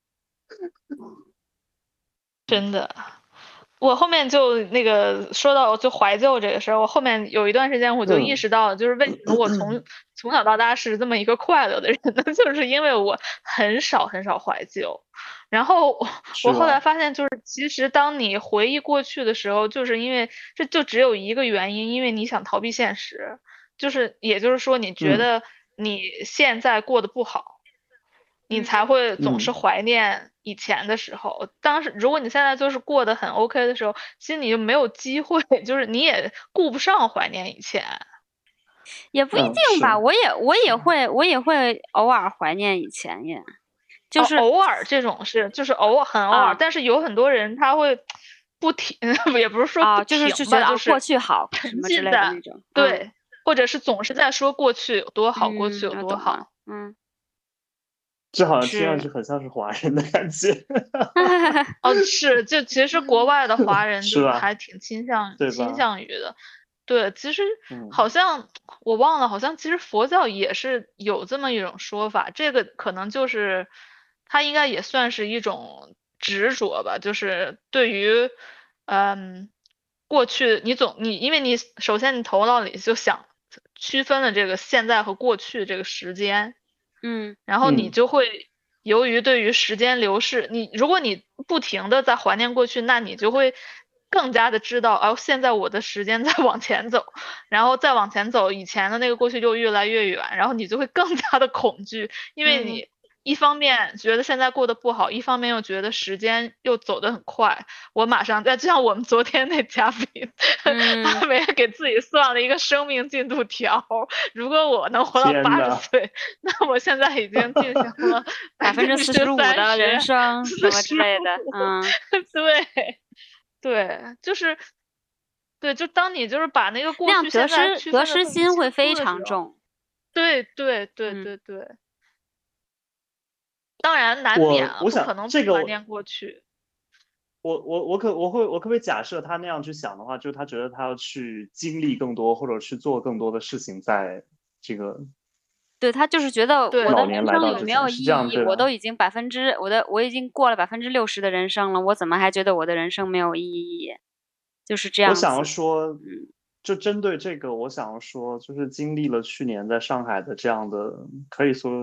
真的。我后面就那个说到就怀旧这个事儿，我后面有一段时间我就意识到，就是为什么我从小到大是这么一个快乐的人呢？就是因为我很少怀旧。然后我后来发现，就是其实当你回忆过去的时候，就是因为这就只有一个原因，因为你想逃避现实，就是也就是说你觉得你现在过得不好。你才会总是怀念以前的时候。当时如果你现在就是过得很 OK 的时候，其实你就没有机会，就是你也顾不上怀念以前。 也不一定吧，我也会偶尔怀念以前耶，就是偶尔这种是就是很偶尔，但是有很多人他会不停，也不是说不停吧， 就是觉得就是过去好什么之类的那种， 对，或者是总是在说过去有多好，过去有多好， 这好像听上去很像是华人的感觉。 是，就其实国外的华人就还挺倾向于的。对，其实好像我忘了，好像其实佛教也是有这么一种说法，这个可能就是它应该也算是一种执着吧，就是对于过去你因为你首先你头脑里就想区分了这个现在和过去这个时间。然后你就会由于对于时间流逝，如果你不停的在怀念过去，那你就会更加的知道，现在我的时间在往前走，然后再往前走，以前的那个过去就越来越远，然后你就会更加的恐惧，因为你一方面觉得现在过得不好，一方面又觉得时间又走得很快，我马上就像我们昨天那嘉宾，他每给自己算了一个生命进度条，如果我能活到80岁，那我现在已经进行了 45%的人生什么之类的， 对，就是对，就当你就是把那个过去现在得失心会非常重， 对。当然难免不可能不怀念过去。 我可不可以假设他那样去想的话，就是他觉得他要去经历更多或者去做更多的事情，在这个对他就是觉得我的人生有没有意义，我都已经我已经过了60%的人生了，我怎么还觉得我的人生没有意义？就是这样。 我想要说，就针对这个，我想要说，就是经历了去年在上海的这样的，可以说，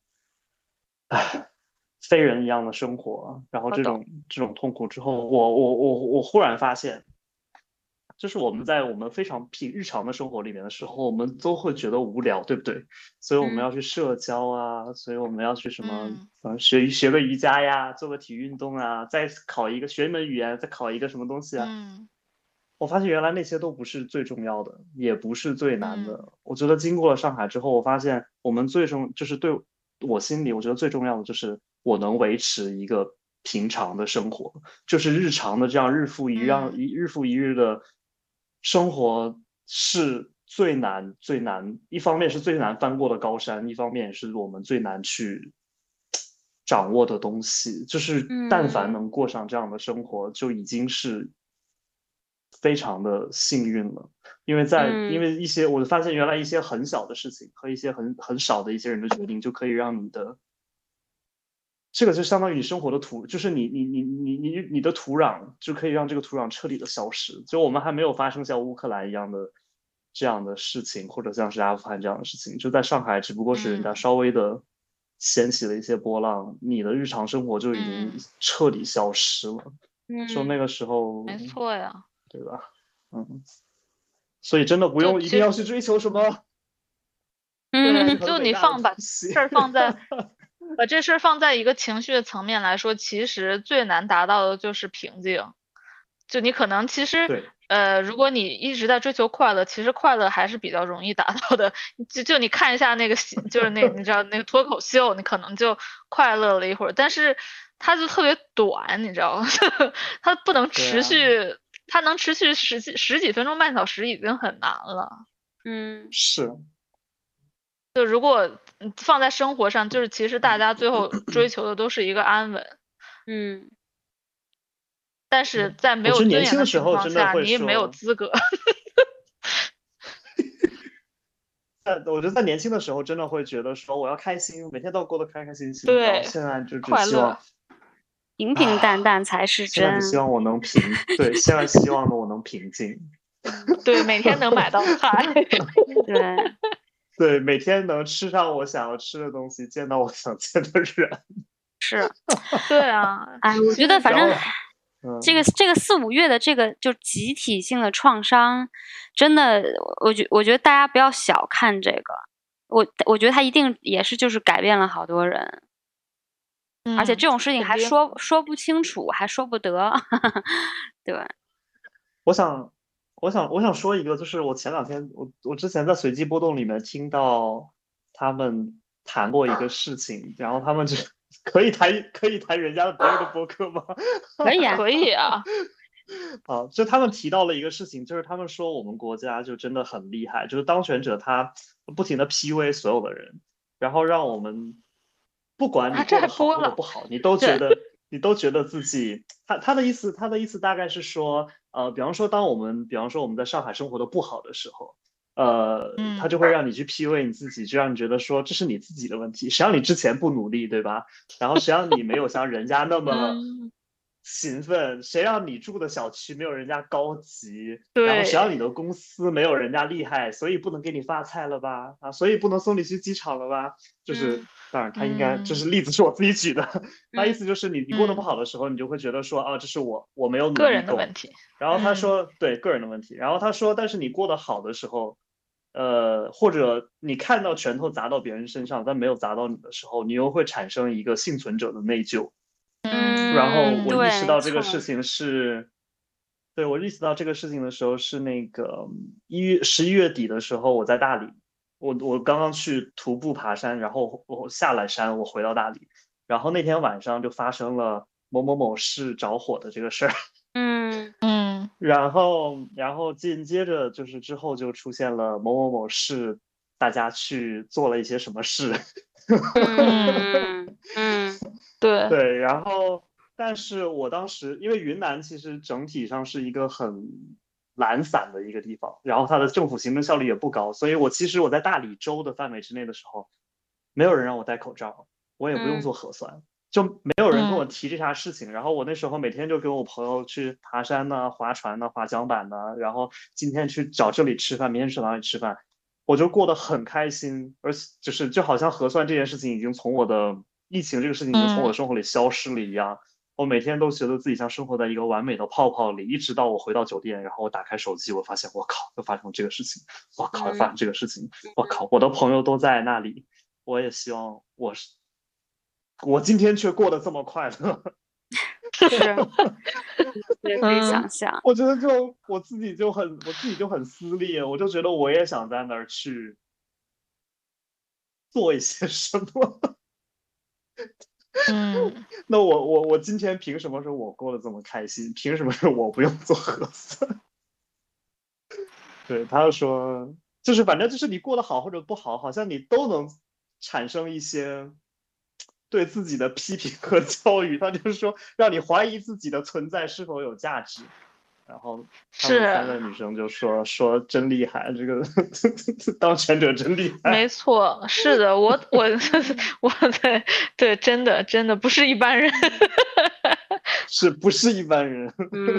非人一样的生活，然后这种痛苦之后，我忽然发现，就是我们在我们非常日常的生活里面的时候，我们都会觉得无聊，对不对？所以我们要去社交啊，所以我们要去什么学个瑜伽呀，做个体育运动啊，再学一门语言，再考一个什么东西啊。我发现原来那些都不是最重要的，也不是最难的。我觉得经过了上海之后，我发现我们就是对我心里，我觉得最重要的就是我能维持一个平常的生活，就是日常的这样日复一日的生活是最难，一方面是最难翻过的高山，一方面也是我们最难去掌握的东西。就是但凡能过上这样的生活，就已经是非常的幸运了。因为我发现原来一些很小的事情和一些很少的一些人的决定，就可以让你的这个就相当于你生活的就是你的土壤就可以让这个土壤彻底的消失。就我们还没有发生像乌克兰一样的这样的事情，或者像是阿富汗这样的事情，就在上海只不过是人家稍微的掀起了一些波浪，你的日常生活就已经彻底消失了。就那个时候没错呀， 对吧？所以真的不用一定要去追求什么。 对，就你把事儿放在把这事儿放在一个情绪的层面来说，其实最难达到的就是平静。就你可能其实如果你一直在追求快乐，其实快乐还是比较容易达到的。就你看一下那个就是你知道那个脱口秀，你可能就快乐了一会儿，但是它就特别短，你知道吗？它不能持续，它能持续十几分钟、半小时已经很难了。 是。 就如果放在生活上，就是其实大家最后追求的都是一个安稳， 嗯， 但是在没我觉得有尊年轻的时严情候真的况下， 会你也没有说， 资格。 我觉得在年轻的时候真的会觉得说我要开心，每天都过得开开心心，然后对， 现在就只快乐。 希望平平淡淡才是现在只希真。 望我能对，现在希望我能平静， 对，每天能买到菜。 对， 对，每天能吃上我想要吃的东西，见到我想见的人， 是， 对啊， 哎，我觉得反正然后这个4、5月的这个就集体性的创伤，真的，我觉得大家不要小看这个，我觉得它一定也是就是改变了好多人，而且这种事情还肯定。 说不清楚，还说不得，对， 我想说一个，就是我前两天我之前在随机波动里面听到他们谈过一个事情，然后他们就可以谈人家的别人的播客吗？ 可以啊， 可以啊。 啊，就他们提到了一个事情，就是他们说我们国家就真的很厉害，就是当权者他不停的 PUA 所有的人，然后让我们不管你这过得好还播了。 或者不好，你都觉得自己，他的意思大概是说，比方说我们在上海生活的不好的时候，他就会让你去 PUA 你自己，就让你觉得说这是你自己的问题，谁让你之前不努力，对吧？然后谁让你没有像人家那么勤奋，谁让你住的小区没有人家高级，然后谁让你的公司没有人家厉害，所以不能给你发菜了吧？啊，所以不能送你去机场了吧？就是当然他应该这是例子是我自己举的，他意思就是你过得不好的时候，你就会觉得说啊，这是我没有努力够， 个人的问题。 然后他说对个人的问题，然后他说但是你过得好的时候。或者你看到拳头砸到别人身上，但没有砸到你的时候，你又会产生一个幸存者的内疚。然后我意识到这个事情是，对，我意识到这个事情的时候是那个11月底的时候，我在大理，我刚刚去徒步爬山，然后我下了山，我回到大理，然后那天晚上就发生了某某某市着火的这个事儿。然后紧接着就是之后就出现了某某某市，大家去做了一些什么事。 对对，然后但是我当时因为云南其实整体上是一个很懒散的一个地方，然后它的政府行政效率也不高，所以其实我在大理州的范围之内的时候，没有人让我戴口罩，我也不用做核酸。就没有人跟我提这茬事情，然后我那时候每天就跟我朋友去爬山呢、划船呢、划桨板呢，然后今天去找这里吃饭，明天去哪里吃饭，我就过得很开心，而且就好像核酸这件事情已经从我的疫情这个事情已经从我的生活里消失了一样，我每天都觉得自己像生活在一个完美的泡泡里，一直到我回到酒店，然后我打开手机，我发现我靠，又发生这个事情，我靠，又发生这个事情，我靠，我的朋友都在那里，我也希望我今天却过得这么快乐， 是，可以想象。 我觉得我自己就很撕裂，我就觉得我也想在那儿去做一些什么。那我今天凭什么说我过得这么开心？凭什么说我不用做核酸？对，他就说，就是反正就是你过得好或者不好，好像你都能产生一些对自己的批评和教育。他就是说，让你怀疑自己的存在是否有价值。然后他们3个女生就说真厉害，这个当权者真厉害。 没错，是的，我对，真的不是一般人。 是不是一般人？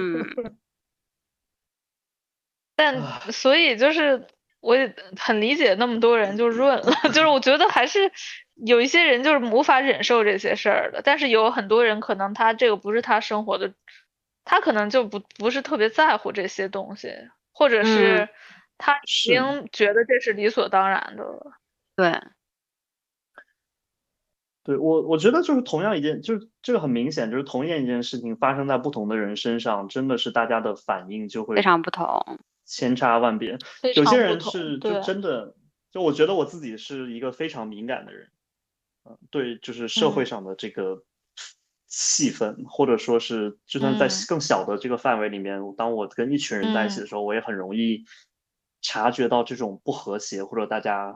但所以就是我也很理解那么多人就润了，就是我觉得还是有一些人就是无法忍受这些事儿的，但是有很多人可能他这个不是他生活的，他可能就不是特别在乎这些东西，或者是他已经觉得这是理所当然的了。 对，我觉得就是同样一件，就是这个很明显，就是同样一件事情发生在不同的人身上，真的是大家的反应就会非常不同， 千差万别。有些人是就真的，就我觉得我自己是一个非常敏感的人，对，就是社会上的这个气氛，或者说是就算在更小的这个范围里面，当我跟一群人在一起的时候，我也很容易察觉到这种不和谐或者大家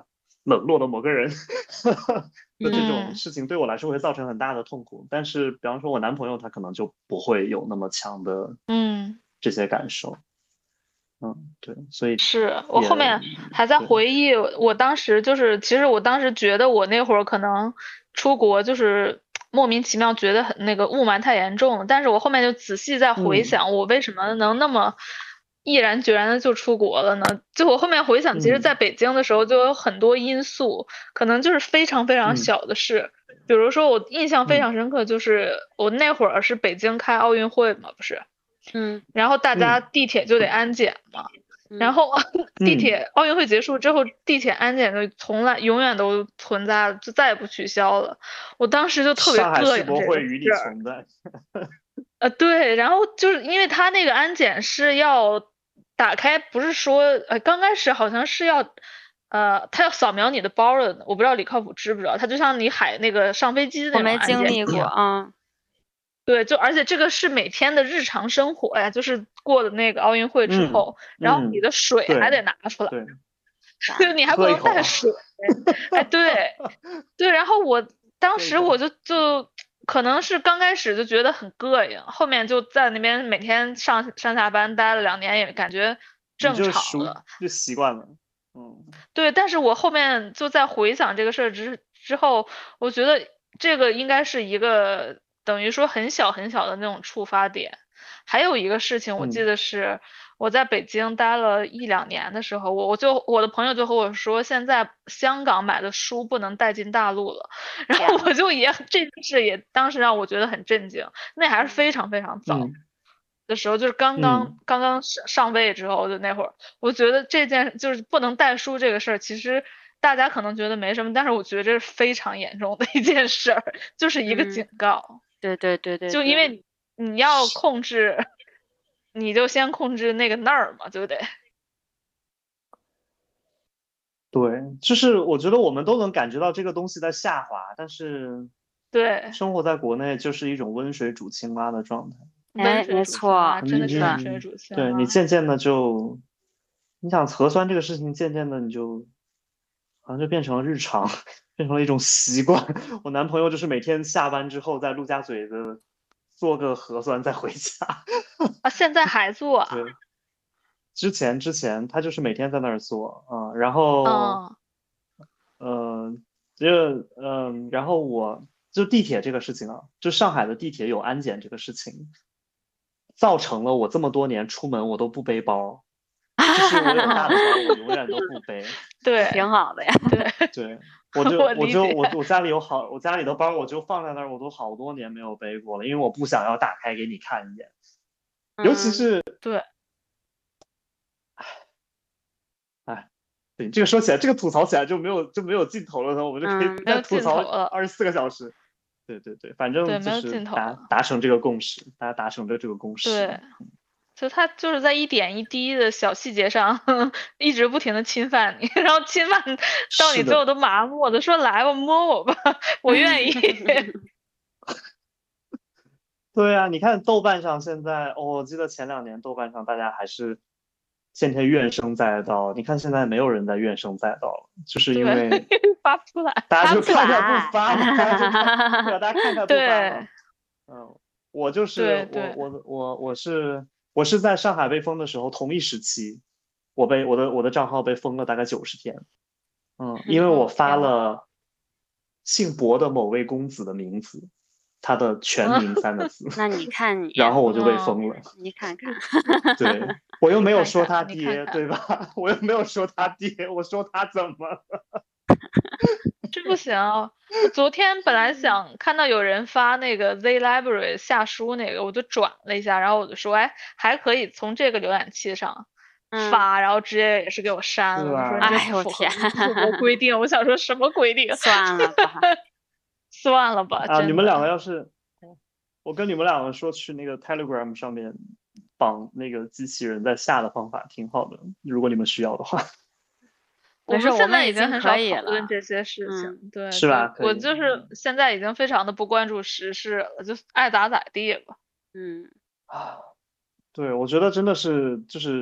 冷落的某个人的这种嗯事情，对我来说会造成很大的痛苦。但是，比方说我男朋友，他可能就不会有那么强的嗯。 这些感受。对，所以是我也后面还在对， 回忆，我当时就是，其实我当时觉得我那会儿可能出国就是莫名其妙觉得很那个雾霾太严重了，但是我后面就仔细在回嗯想，我为什么能那么毅然决然的就出国了呢？就我后面回想，其实在嗯北京的时候就有很多因素，可能就是非常非常嗯小的事，比如说我印象非嗯常深刻，就是我那会儿是北京开奥运会嘛，不是， 嗯然后大家嗯地铁就得安检嘛。然嗯后地嗯， 铁奥运会结束之后，地铁安检就从来永远都存在了，就再也不取消了。我当时就特别上海世膈应这个博会与你事儿。 存在。 对，然后就是因为他那个安检是要打开，不是说刚开始好像是要他要扫描你的包的，我不知道李靠谱知不知道，他就像你那个上飞机的那种我没安检经历过一样。 啊。 对，就而且这个是每天的日常生活呀，就是过了那个奥运会之嗯后，然后你的水还对得拿出来。 对， 就你还不能喝一口。 带水，对对，然后我当喝一口。 时我就可能是刚开始就觉得很膈应，后面就在那边每天上下班待了2年，也感觉你正就常了。 就习惯了。 对，但是我后面就在回想这个事儿之后，我觉得这个应该是一个等于说很小很小的那种触发点。还有一个事情，我记嗯得是我在北京待了1、2年的时候，我的朋友就和我说，现在香港买的书不能带进大陆了，然后我就这件事也当时让我觉得很震惊，那还是非常非常早。 嗯的时候，就是刚刚嗯刚刚上位之后的那会儿，我觉得这件就是不能带书这个事儿，其实大家可能觉得没什么，但是我觉得这是非常严重的一件事儿，就是一个警告。 对对对对对， 就因为你要控制，你就先控制那个那儿嘛，对不对？ 对，就是我觉得我们都能感觉到这个东西在下滑，但是对， 生活在国内就是一种温水煮青蛙的状态。 温水煮青蛙，真的是温水煮青蛙。 对，你渐渐的就，你想核酸这个事情，渐渐的你就好像就变成了日常，变成了一种习惯。我男朋友就是每天下班之后在陆家嘴的做个核酸再回家。 现在还做啊？ 对，之前他就是每天在那儿做然后然后我就地铁这个事情啊，就上海的地铁有安检这个事情，造成了我这么多年出门我都不背包，就是我有大的包我永远都不背。 对， 挺好的呀。 对，我家里我家里的包我就放在那儿，我都好多年没有背过了，因为我不想要打开给你看一眼，尤其是对。 对，这个说起来，这个吐槽起来就没有尽头了呢，我们就可以再吐槽24个小时。对对对，反正就是达成这个共识，大家达成了这个共识。 对，就他就是在一点一滴的小细节上一直不停的侵犯你，然后侵犯到你最后都麻木了，说来吧，摸我吧，我愿意。 对啊，你看豆瓣上现在，我记得前2年豆瓣上大家还是天天怨声载道，你看现在没有人在怨声载道了，就是因为发不出来， 大家就看看不发嘛，大家看看不发嘛。我就是我是在上海被封的时候同一时期，我的账号被封了大概90天，因为我发了姓博的某位公子的名字。他的全名3个字， 那你看你， 然后我就被封了。 你看看， 对我又没有说他爹，对吧？我又没有说他爹，我说他怎么了？ 这不行！我昨天本来想看到有人发那个 Z Library 下书那个，我就转了一下，然后我就说，哎，还可以从这个浏览器上发，然后直接也是给我删了。我说哎呦天， 什么规定？我想说什么规定？ 算了吧。 算了吧啊！你们两个要是，我跟你们两个说去那个 Telegram 上面绑那个机器人在下的方法挺好的，如果你们需要的话。 我们现在已经很少讨论这些事情，对， 是吧？ 我就是现在已经非常的不关注时事了，就爱咋咋地吧。 对，我觉得真的是就是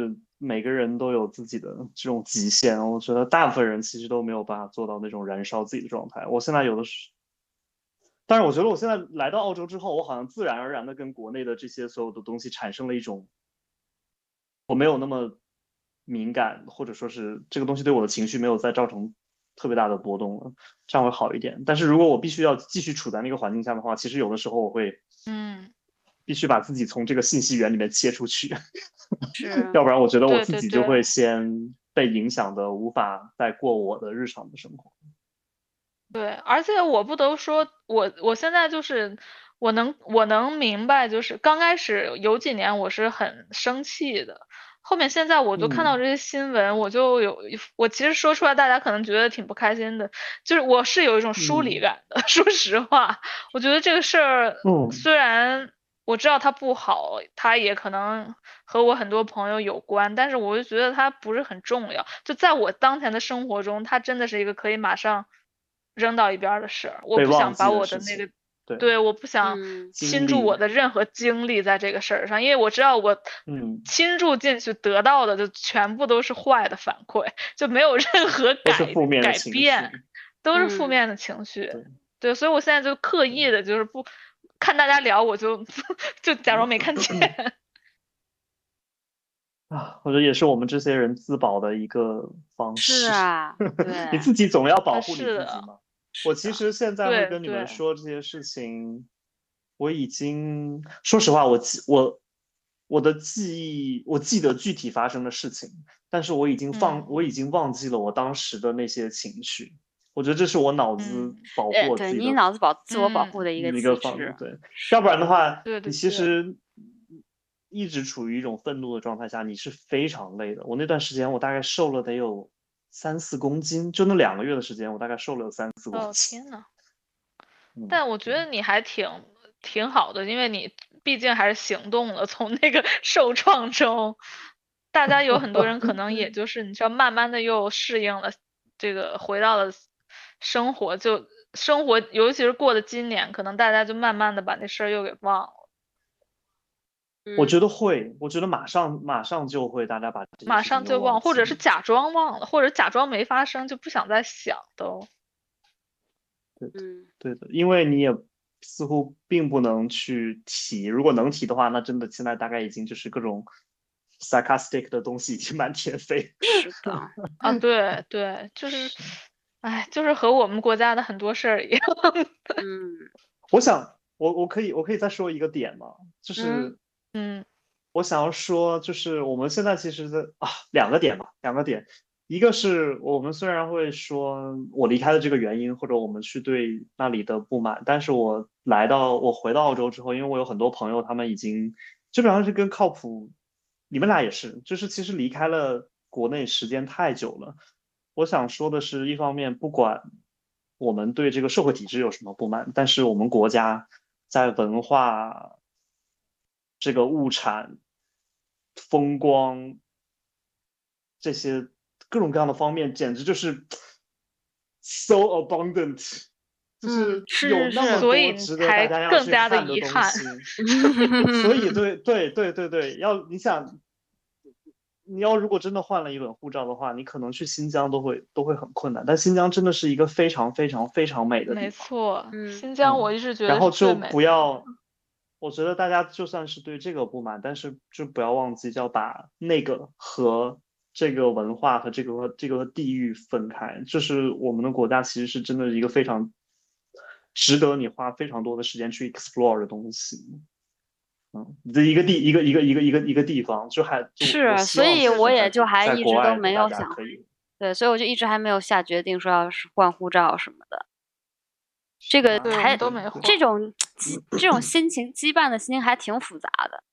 每个人都有自己的这种极限，我觉得大部分人其实都没有办法做到那种燃烧自己的状态。我现在有的是，但是我觉得我现在来到澳洲之后，我好像自然而然的跟国内的这些所有的东西产生了一种，我没有那么敏感，或者说是这个东西对我的情绪没有再造成特别大的波动了，这样会好一点。但是如果我必须要继续处在那个环境下的话，其实有的时候我会必须把自己从这个信息源里面切出去，要不然我觉得我自己就会先被影响的无法再过我的日常的生活。 对，而且我不得不说，我现在就是我能明白，就是刚开始有几年我是很生气的，后面现在我就看到这些新闻，我其实说出来大家可能觉得挺不开心的，就是我是有一种疏离感的。说实话，我觉得这个事儿，虽然我知道它不好，它也可能和我很多朋友有关，但是我就觉得它不是很重要。就在我当前的生活中，它真的是一个可以马上扔到一边的事儿。我不想把我的那个，对，我不想倾注我的任何精力在这个事儿上，因为我知道我倾注进去得到的就全部都是坏的反馈，就没有任何改变，都是负面的情绪。对，所以我现在就刻意的就是不看大家聊，我就假装没看见。 我觉得也是我们这些人自保的一个方式。 是啊，对， 你自己总要保护你自己嘛。我其实现在会跟你们说这些事情，我已经说实话，我的记忆，我记得具体发生的事情，但是我已经忘记了我当时的那些情绪。我觉得这是我脑子保护我自己的， 对，你脑子自我保护的一个方式。对，要不然的话，你其实一直处于一种愤怒的状态下，你是非常累的。我那段时间，我大概瘦了得有3-4公斤，就那2个月的时间，我大概瘦了有3-4公斤。 天呐！但我觉得你还挺好的，因为你毕竟还是行动了，从那个受创中，大家有很多人可能也就是你知道，慢慢的又适应了这个，回到了生活，就生活，尤其是过了今年，可能大家就慢慢的把那事儿又给忘了。 我觉得会，我觉得马上就会，大家把这马上就忘，或者是假装忘了，或者假装没发生，就不想再想都。 对的，因为你也似乎并不能去提，如果能提的话，那真的现在大概已经就是各种 sarcastic 的东西已经满天飞。 是的啊，对对，就是，哎，就是和我们国家的很多事儿一样。 我想，我可以再说一个点吗？就是我想要说，就是我们现在其实两个点，一个是我们虽然会说我离开的这个原因，或者我们去对那里的不满，但是我回到澳洲之后，因为我有很多朋友，他们已经基本上是跟靠谱，你们俩也是，就是其实离开了国内时间太久了。我想说的是，一方面不管我们对这个社会体制有什么不满，但是我们国家在文化、这个物产、风光这些各种各样的方面，简直就是 so abundant，就是有那么多值得大家要去看的东西。所以对，你要如果真的换了一本护照的话，你可能去新疆都会很困难。但新疆真的是一个非常非常非常美的地方。 没错，新疆我一直觉得然后就不要，我觉得大家就算是对这个不满，但是就不要忘记要把那个和这个文化和这个地域分开。就是我们的国家其实是真的一个非常值得你花非常多的时间去 explore 的东西。一个地方， 是，所以我也就还一直都没有想，对，所以我就一直还没有下决定说要是换护照什么的。这个还都没换， 这种心情羁绊的心情还挺复杂的。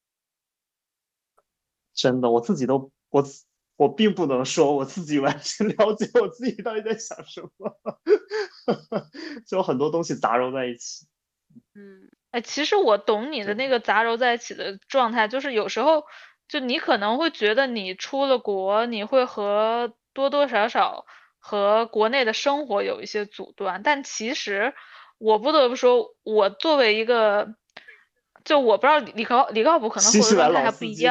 真的，我自己都我并不能说我自己完全了解我自己到底在想什么，就有很多东西杂糅在一起。 哎，其实我懂你的那个杂糅在一起的状态，就是有时候就你可能会觉得你出了国，你会多多少少和国内的生活有一些阻断，但其实我不得不说，我作为一个，就我不知道李靠谱可能活的状态还不一样，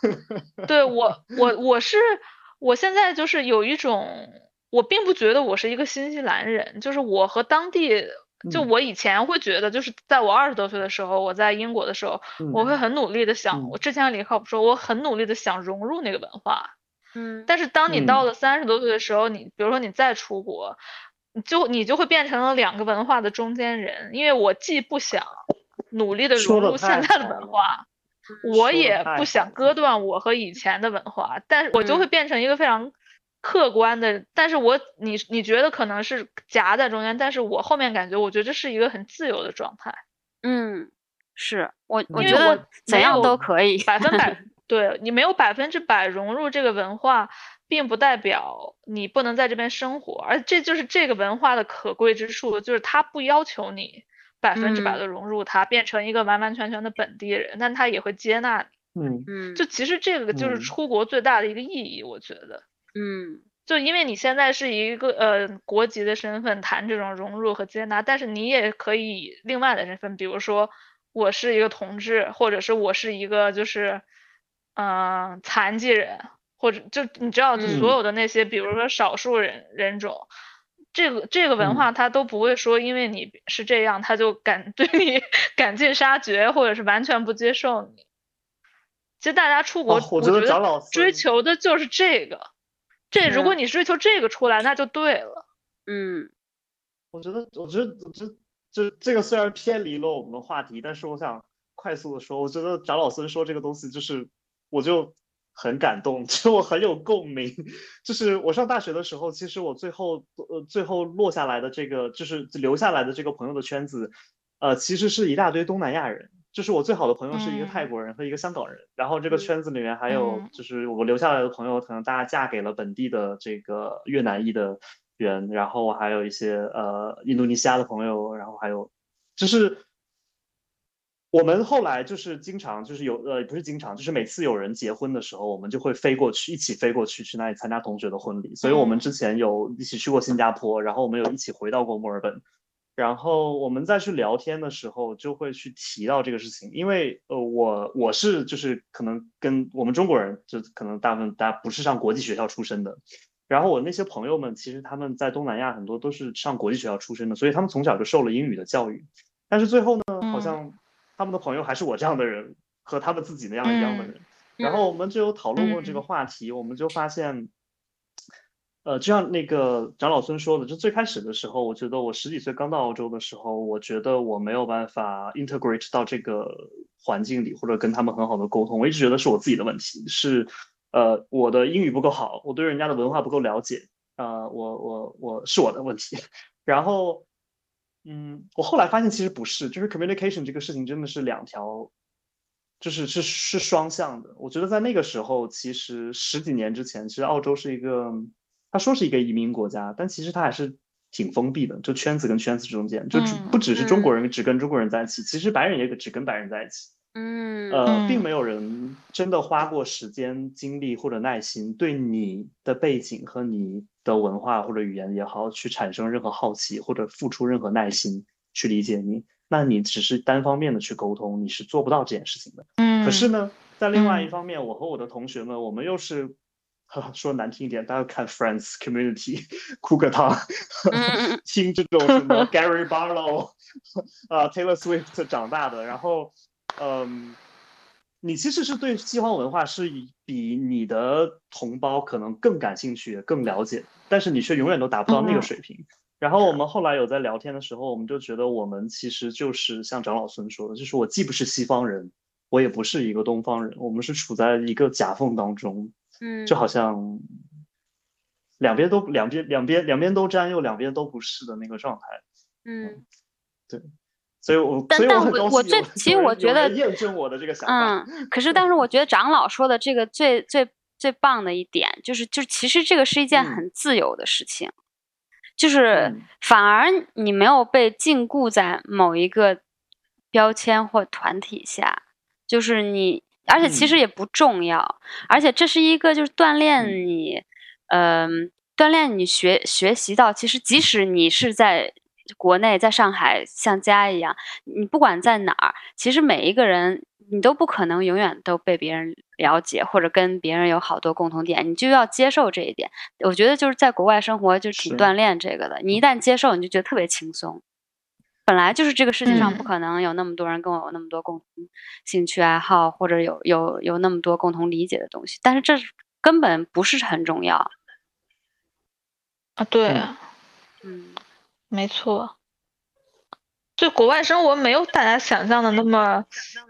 对我现在就是有一种，我并不觉得我是一个新西兰人，就是我和当地，就我以前会觉得，就是在我20多岁的时候，我在英国的时候，我会很努力的想，我之前李靠谱说，我很努力的想融入那个文化。但是当你到了30多岁的时候，你比如说你再出国，你就会变成了2个文化的中间人，因为我既不想努力的融入现在的文化，我也不想割断我和以前的文化，但是我就会变成一个非常客观的，但是你觉得可能是夹在中间，但是我后面感觉，我觉得这是一个很自由的状态。 是我因觉得怎样都可以 100%，对，你没有100%融入这个文化，并不代表你不能在这边生活，而这就是这个文化的可贵之处，就是它不要求你100%的融入它，变成一个完完全全的本地人，但它也会接纳你。就其实这个就是出国最大的一个意义，我觉得。就因为你现在是一个国籍的身份谈这种融入和接纳，但是你也可以以另外的身份，比如说我是一个同志，或者是我是一个就是残疾人，或者就你知道，就所有的那些，比如说少数人种，这个文化它都不会说因为你是这样，他就对你赶尽杀绝，或者是完全不接受你。其实大家出国， 我觉得追求的就是这个。如果你追求这个出来，那就对了。 我觉得这个虽然偏离了我们的话题，但是我想快速的说，我觉得长老孙说这个东西，就是我就很感动，其实我很有共鸣。就是我上大学的时候，其实我最后落下来的这个，就是留下来的这个朋友的圈子，其实是一大堆东南亚人。就是我最好的朋友是一个泰国人和一个香港人，然后这个圈子里面还有就是我留下来的朋友，可能大家嫁给了本地的这个越南裔的人，然后还有一些印度尼西亚的朋友，然后还有就是我们后来就是经常就是不是经常，就是每次有人结婚的时候，我们就会一起飞过去那里参加同学的婚礼。所以我们之前有一起去过新加坡，然后我们有一起回到过墨尔本。然后我们再去聊天的时候，就会去提到这个事情，因为我是就是可能跟我们中国人，就可能大部分大家不是上国际学校出身的，然后我那些朋友们，其实他们在东南亚很多都是上国际学校出身的，所以他们从小就受了英语的教育，但是最后呢，好像他们的朋友还是我这样的人，和他们自己那样一样的人，然后我们就有讨论过这个话题，我们就发现。就像那个长老孙说的，就最开始的时候，我觉得我10几岁刚到澳洲的时候，我觉得我没有办法 integrate 到这个环境里，或者跟他们很好的沟通。我一直觉得是我自己的问题，是我的英语不够好，我对人家的文化不够了解，我是我的问题。然后我后来发现其实不是，就是 communication 这个事情真的是2条，就是双向的。我觉得在那个时候，其实10几年之前，其实澳洲是一个。他说是一个移民国家，但其实他还是挺封闭的，就圈子跟圈子中间，就不只是中国人只跟中国人在一起，其实白人也只跟白人在一起。并没有人真的花过时间、精力或者耐心对你的背景和你的文化或者语言也好，去产生任何好奇或者付出任何耐心去理解你。那你只是单方面的去沟通，你是做不到这件事情的。可是呢，在另外一方面，我和我的同学们，我们又是。说难听一点，大家看 Friends Community 哭个汤，听这种什么 Gary Barlow Taylor Swift 长大的，然后你其实是对西方文化是比你的同胞可能更感兴趣、更了解，但是你却永远都达不到那个水平。然后我们后来有在聊天的时候，我们就觉得我们其实就是像长老孙说的，就是我既不是西方人，我也不是一个东方人，我们是处在一个夹缝当中。就好像两边都占又两边都不是的那个状态。对，所以我很高兴其实我觉得验证我的这个想法。 可是但是我觉得长老说的这个最棒的一点就是其实这个是一件很自由的事情，就是反而你没有被禁锢在某一个标签或团体下，就是你。而且其实也不重要，而且这是一个就是锻炼你学习到，其实即使你是在国内，在上海像家一样，你不管在哪儿，其实每一个人你都不可能永远都被别人了解，或者跟别人有好多共同点，你就要接受这一点。我觉得就是在国外生活就挺锻炼这个的，你一旦接受，你就觉得特别轻松。本来就是这个世界上不可能有那么多人跟我有那么多共同兴趣爱好，或者有那么多共同理解的东西，但是这根本不是很重要啊。对，没错。就国外生活没有大家想象的那么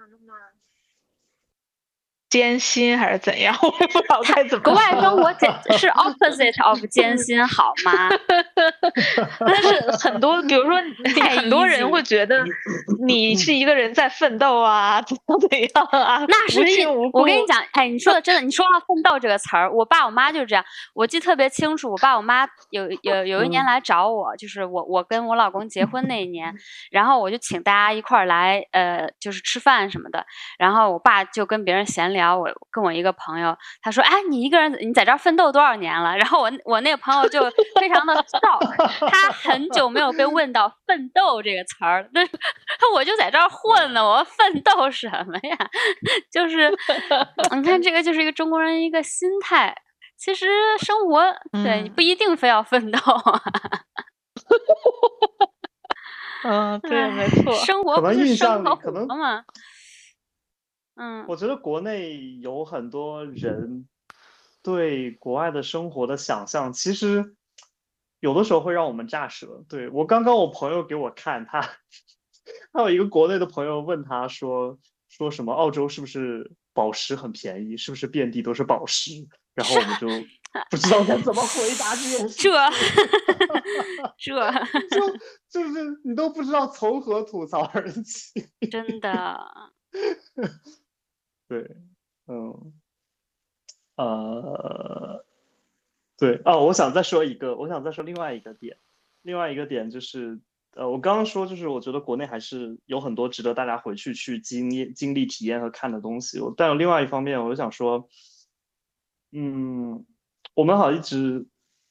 艰辛还是怎样，我也不知道该怎么说。 国外生活是 opposite of 艰辛，好吗？ 但是很多，比如说很多人会觉得你是一个人在奋斗啊，怎样啊？ 那是我跟你讲，哎，你说的真的，你说到奋斗这个词儿，我爸我妈就是这样，我记得特别清楚。我爸我妈有一年来找我，就是我跟我老公结婚那一年，然后我就请大家一块儿来，就是吃饭什么的。然后我爸就跟别人闲聊。我跟我一个朋友，他说：“哎，你一个人你在这儿奋斗多少年了？”然后我那个朋友就非常的shock，他很久没有被问到“奋斗”这个词儿，那我就在这儿混呢，我奋斗什么呀？就是你看，这个就是一个中国人一个心态。其实生活对不一定非要奋斗对，没错， 生活不是生活可能嘛。 我觉得国内有很多人对国外的生活的想象，其实有的时候会让我们乍舌。对，我朋友给我看，他有一个国内的朋友问他说什么澳洲是不是宝石很便宜，是不是遍地都是宝石？然后我们就不知道该怎么回答这件事。就是你都不知道从何吐槽而起。 真的。 对，对我想再说另外一个点就是，我刚刚说就是我觉得国内还是有很多值得大家回去经历、体验和看的东西。但有另外一方面，我就想说，我们好像一直，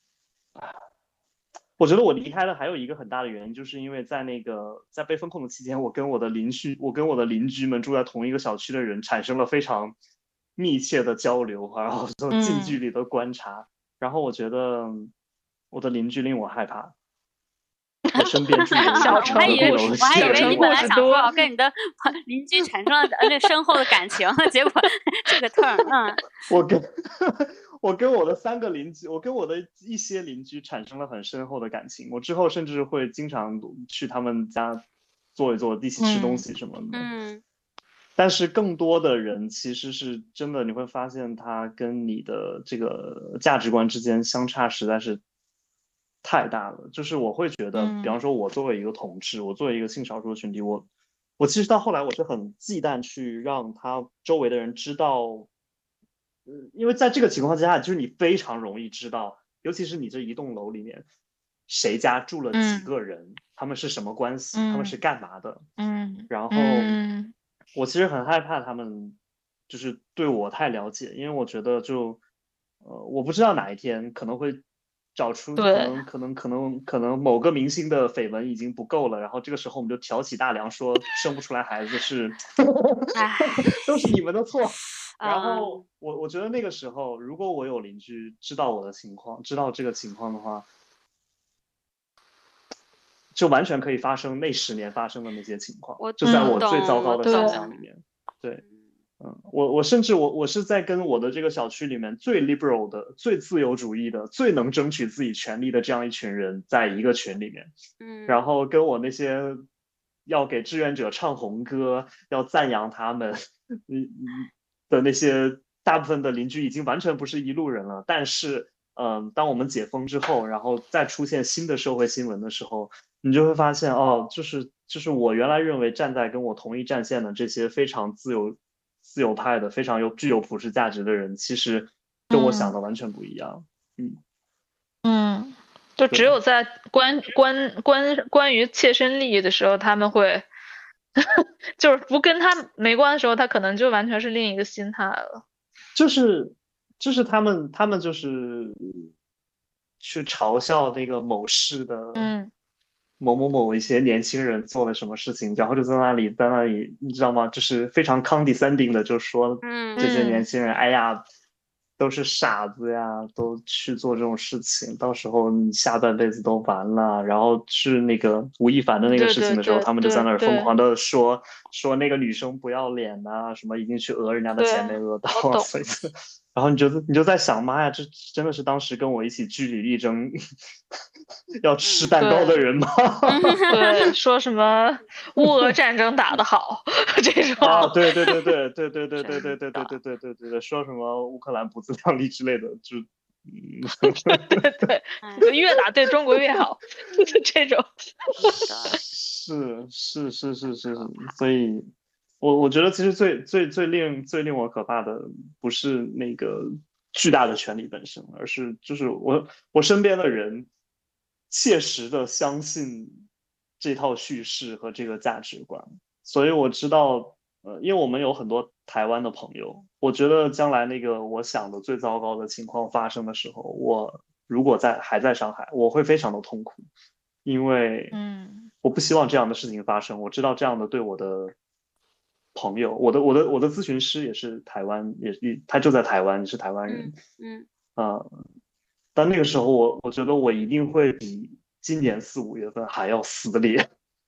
我觉得我离开的还有一个很大的原因，就是因为在被封控的期间，我跟我的邻居们住在同一个小区的人产生了非常密切的交流，然后近距离的观察。然后我觉得我的邻居令我害怕。我身边住小城， 我还以为你本来想说要跟你的邻居产生了这深厚的感情，结果这个 turn， 我跟我的3个邻居，我跟我的一些邻居产生了很深厚的感情。我之后甚至会经常去他们家坐一坐，一起吃东西什么的。但是更多的人其实是真的，你会发现他跟你的这个价值观之间相差实在是太大了。就是我会觉得，比方说我作为一个同志，我作为一个性少数的群体，我其实到后来我是很忌惮去让他周围的人知道，因为在这个情况之下，就是你非常容易知道，尤其是你这一栋楼里面谁家住了几个人，他们是什么关系，他们是干嘛的。然后我其实很害怕他们就是对我太了解，因为我觉得我不知道哪一天可能会找出可能某个明星的绯闻已经不够了，然后这个时候我们就挑起大梁说生不出来孩子是都是你们的错。然后我觉得那个时候如果我有邻居知道我的情况，知道这个情况的话，就完全可以发生那10年发生的那些情况，就在我最糟糕的想象里面。对，我甚至我是在跟我的这个小区里面最 liberal 的、最自由主义的、最能争取自己权利的这样一群人在一个群里面。然后跟我那些要给志愿者唱红歌、要赞扬他们的那些大部分的邻居已经完全不是一路人了。但是当我们解封之后，然后再出现新的社会新闻的时候，你就会发现就是我原来认为站在跟我同一战线的这些非常自由派的、非常具有普世价值的人，其实跟我想的完全不一样。 就只有在关于切身利益的时候，他们会就是不跟他没关的时候，他可能就完全是另一个心态了。 就是他们就是去嘲笑那个某市的某某某一些年轻人做了什么事情，然后就在那里，你知道吗？就是非常 condescending 的就说这些年轻人，哎呀，都是傻子呀，都去做这种事情，到时候你下半辈子都完了。然后是那个吴亦凡的那个事情的时候，他们就在那儿疯狂的说那个女生不要脸呐，什么一定去讹人家的钱没讹到啊，所以。然后你就在想，妈呀，这真的是当时跟我一起据理力争要吃蛋糕的人吗？ 对，说什么乌俄战争打得好这种啊，对，说什么乌克兰不自量力之类的，就对，越打对中国越好，就这种。 是，所以。我觉得其实最令我可怕的不是那个巨大的权力本身，而是就是我身边的人切实的相信这套叙事和这个价值观，所以我知道，因为我们有很多台湾的朋友，我觉得将来那个我想的最糟糕的情况发生的时候，我如果还在上海，我会非常的痛苦，因为我不希望这样的事情发生，我知道这样的对我的。朋友，我的咨询师也是台湾，他就在台湾，是台湾人，但那个时候我觉得我一定会比今年4、5月份还要撕裂，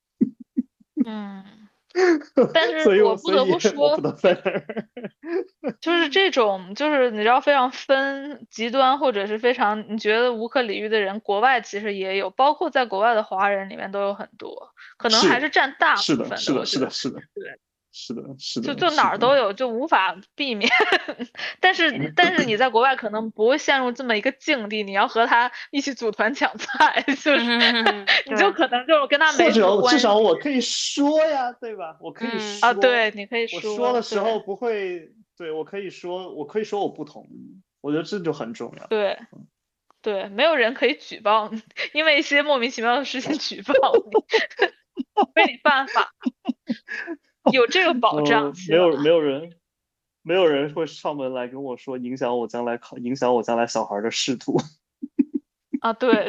但是我不得不说， 就是这种，就是你知道非常分极端或者是非常你觉得无可理喻的人，国外其实也有，包括在国外的华人里面都有很多，可能还是占大部分的， 是的， 对。 是的， 就哪儿都有，就无法避免。但是你在国外可能不会陷入这么一个境地，你要和他一起组团抢菜，就是你就可能就是跟他没什么关系。 至少我可以说呀，对吧？我可以说啊，对，你可以说。我说的时候不会，对，我可以说我不同意，我觉得这就很重要。 对，没有人可以举报你，因为一些莫名其妙的事情举报你，非你犯法。有这个保障， 没有人会上门来跟我说影响我将来小孩的仕途。 啊，对。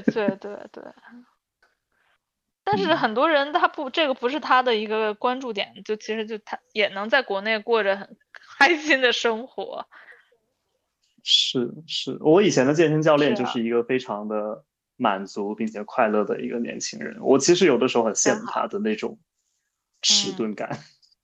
但是很多人这个不是他的一个关注点，就其实他也能在国内过着很开心的生活。 是，我以前的健身教练就是一个非常的满足并且快乐的一个年轻人，我其实有的时候很羡慕他的那种迟钝感。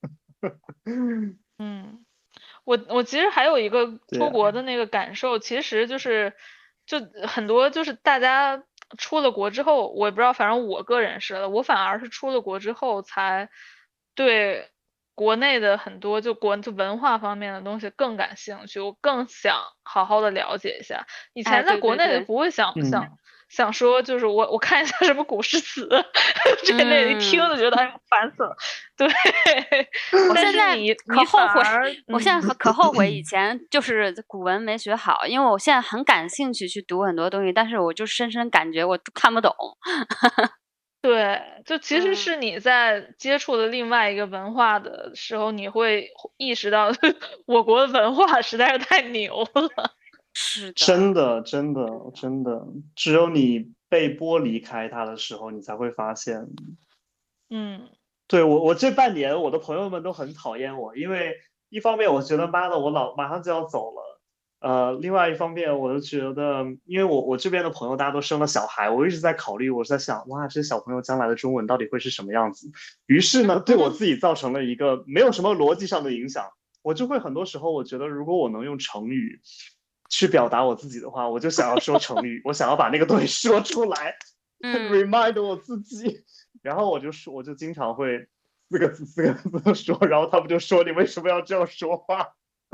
我其实还有一个出国的那个感受，其实就很多就是大家出了国之后，我也不知道，反正我个人是的，我反而是出了国之后才对国内的很多就文化方面的东西更感兴趣，我更想好好的了解一下。以前在国内不会想说，就是我看一下什么古诗词这类，一听就觉得哎烦死了。对， 我现在可后悔，我现在可后悔以前就是古文没学好，因为我现在很感兴趣去读很多东西，但是我就深深感觉我看不懂。 对，就其实是你在接触的另外一个文化的时候，你会意识到我国的文化实在是太牛了。 是的， 真的，只有你被剥离开它的时候，你才会发现。对，我这半年我的朋友们都很讨厌我，因为一方面我觉得妈的我马上就要走了，另外一方面我就觉得，因为我这边的朋友大家都生了小孩，我一直在考虑，我在想，哇，这些小朋友将来的中文到底会是什么样子？于是呢，对我自己造成了一个没有什么逻辑上的影响，我就会很多时候我觉得，如果我能用成语去表达我自己的话，我就想要说成语，我想要把那个东西说出来，remind 我自己。然后我就经常会四个字说，然后他们就说你为什么要这样说话？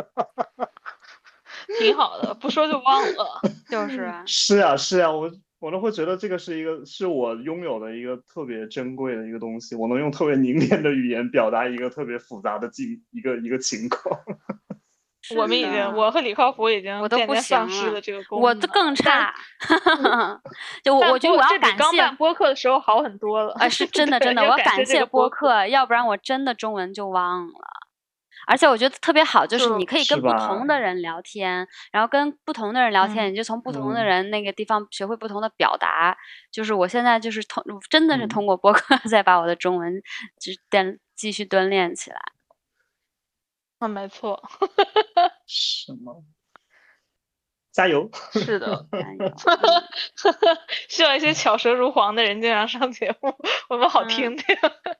挺好的，不说就忘了。 是啊， 我都会觉得这个是我拥有的一个特别珍贵的一个东西，我能用特别凝练的语言表达一个特别复杂的一个情况。 我和李靠谱已经渐渐丧失了这个功能， 我都更差。就我觉得我要感谢刚办播客的时候好很多了。 是真的，我要感谢播客，要不然我真的中文就忘了。 而且我觉得特别好，就是你可以跟不是吧同的人聊天，然后跟不同的人聊天，你就从不同的人那个地方学会不同的表达。就是我现在就是真的是通过播客再把我的中文继续锻炼起来。 没错。 什么？加油！ 是的， 加油！ 需要一些巧舌如簧的人经常上节目，我们好听听。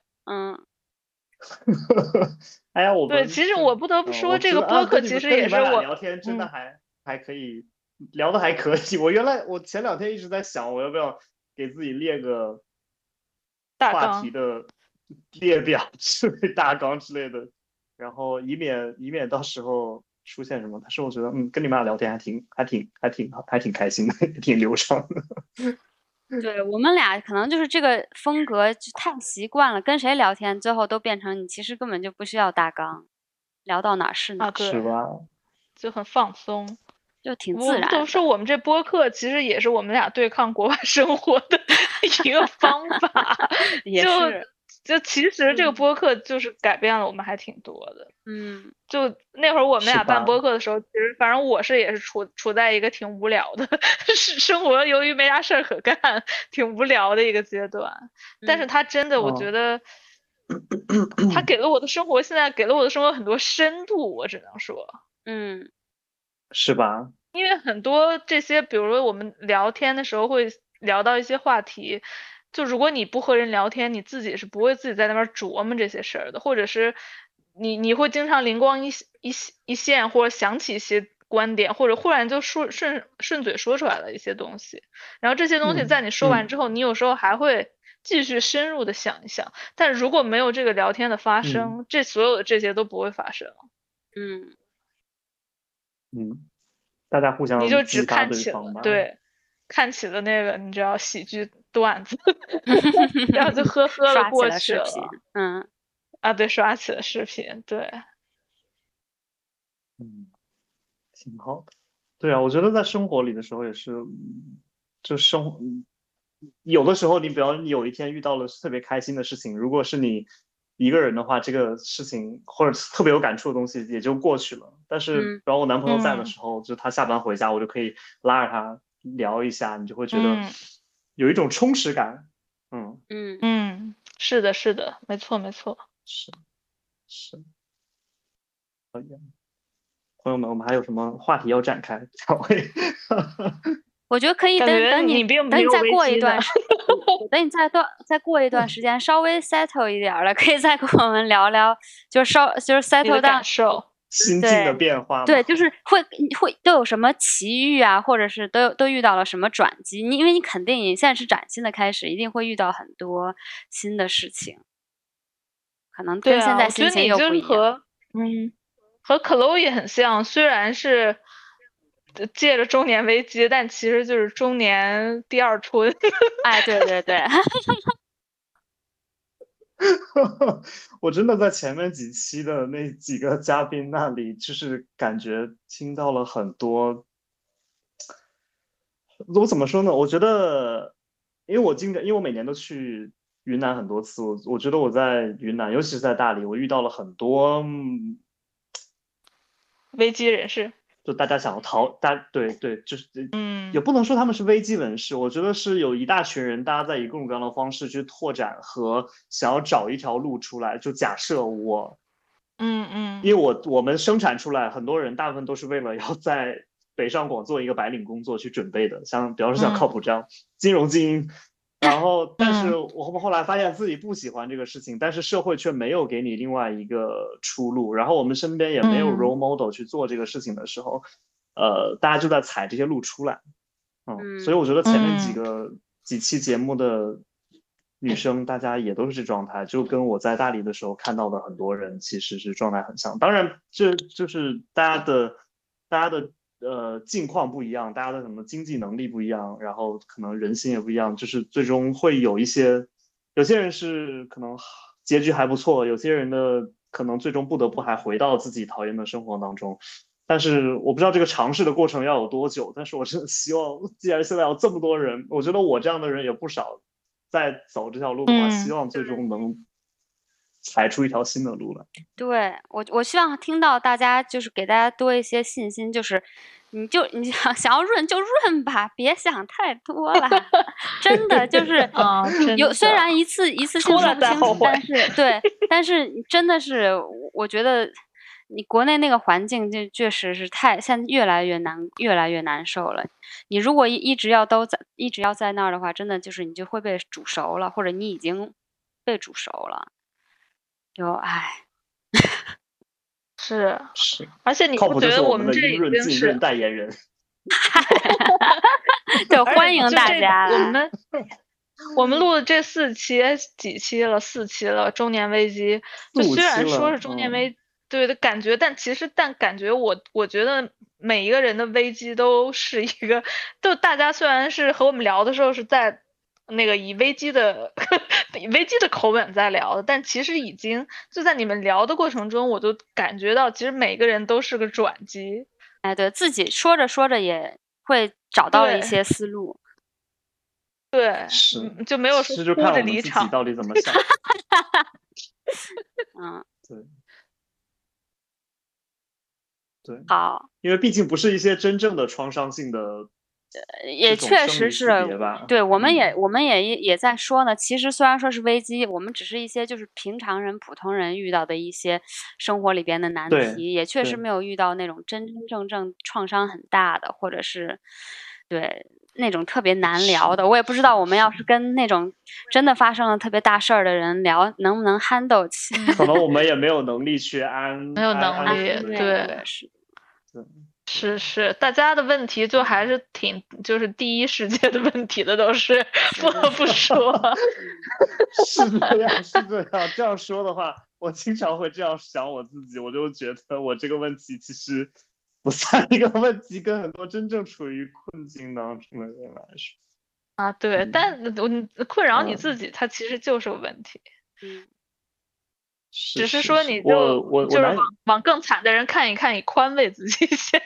哎呀， 对，其实我不得不说，这个播客其实也是我聊天真的还可以聊的还可以。我前2天一直在想，我要不要给自己列个话题的列表大纲之类的，然后以免到时候出现什么。但是我觉得跟你们俩聊天还挺开心的，也挺流畅的。 对，我们俩可能就是这个风格就太习惯了，跟谁聊天最后都变成你其实根本就不需要大纲，聊到哪是哪， 是吧？ 就很放松， 就挺自然的。 都说我们这播客其实也是我们俩对抗国外生活的一个方法， 也是。 就其实这个播客就是改变了我们还挺多的。就那会儿我们俩办播客的时候，其实反正我也是处在一个挺无聊的生活，由于没啥事儿可干，挺无聊的一个阶段。但是他真的，我觉得他给了我的生活，现在给了我的生活很多深度，我只能说， 是吧？ 因为很多这些，比如说我们聊天的时候会聊到一些话题。就如果你不和人聊天，你自己是不会自己在那边琢磨这些事儿的，或者是你会经常灵光一现，或者想起一些观点，或者忽然就顺嘴说出来了一些东西，然后这些东西在你说完之后，你有时候还会继续深入的想一想，但如果没有这个聊天的发生，这所有的这些都不会发生。 大家互相你就只看起了看起了那个你知道喜剧段子然后就呵的过去了。对，刷起了视频，对。 挺好的。对啊，我觉得在生活里的时候也是，就有的时候你比方有一天遇到了特别开心的事情，如果是你一个人的话，这个事情或者特别有感触的东西也就过去了。但是比方我男朋友在的时候，就他下班回家，我就可以拉着他聊一下，你就会觉得有一种充实感。 是的，是的，没错。 是。朋友们，我们还有什么话题要展开？ 我觉得可以等你再过一段时间，等你再过一段时间，稍微 settle 一点了，可以再跟我们聊聊，就是 settle 感受。 心境的变化。 对，就是会都有什么奇遇啊，或者是都遇到了什么转机？因为你肯定现在是崭新的开始，一定会遇到很多新的事情，可能跟现在心情又不一样。 和 Chloe 很像，虽然是借着中年危机，但其实就是中年第二春。 哎，对。 我真的在前面几期的那几个嘉宾那里，就是感觉听到了很多。我怎么说呢？我觉得，因为我每年都去云南很多次，我觉得我在云南，尤其是在大理，我遇到了很多危机人士。 就大家想要对，就是也不能说他们是危机人士，我觉得是有一大群人，大家在以各种各样的方式去拓展和想要找一条路出来。就假设因为我们生产出来很多人，大部分都是为了要在北上广做一个白领工作去准备的，比方说像靠谱这样金融精英。然后，但是我们后来发现自己不喜欢这个事情，但是社会却没有给你另外一个出路，然后我们身边也没有 role model 去做这个事情的时候，大家就在踩这些路出来。所以我觉得前面几期节目的女生，大家也都是这状态，就跟我在大理的时候看到的很多人其实是状态很像。当然，这就是大家的境况不一样，大家的什么经济能力不一样，然后可能人心也不一样，就是最终会有些人是可能结局还不错，有些人的可能最终不得不还回到自己讨厌的生活当中。但是我不知道这个尝试的过程要有多久，但是我真的希望，既然现在有这么多人，我觉得我这样的人也不少，在走这条路的话，希望最终踩出一条新的路来。 对，我希望听到大家就是给大家多一些信心，就是你想要润就润吧，别想太多了，真的就是虽然一次性说不清楚，但是真的是我觉得你国内那个环境就确实是现在越来越难受了。你如果一直要在那儿的话，真的就是你就会被煮熟了，或者你已经被煮熟了，就唉。 是，而且你不觉得我们这已经是代言人？ 对，欢迎大家。 我们录的这几期了，4期了，中年危机。就虽然说是中年危，对的感觉，但感觉我觉得每一个人的危机都是一个，就大家虽然是和我们聊的时候是在那个以危机的口吻在聊的，但其实已经就在你们聊的过程中，我就感觉到其实每个人都是个转机。 哎，对自己说着也会找到一些思路。 对，就没有说哭着离场。 自己到底怎么想？对， 好， 因为毕竟不是一些真正的创伤性的。 也确实是，对，我们也在说呢。其实虽然说是危机，我们只是一些就是平常人、普通人遇到的一些生活里边的难题，也确实没有遇到那种真正创伤很大的，或者是对那种特别难聊的。我也不知道我们要是跟那种真的发生了特别大事儿的人聊，能不能 handle 起？ 可能我们也没有能力去没有能力，对，是，大家的问题就还是就是第一世界的问题的，都是不得不说。 是这样。这样说的话，我经常会这样想我自己，我就觉得我这个问题其实不算一个问题，跟很多真正处于困境当中的人来说。 啊，对，但困扰你自己，它其实就是个问题。只是说你就是往更惨的人看一看，以宽慰自己一下。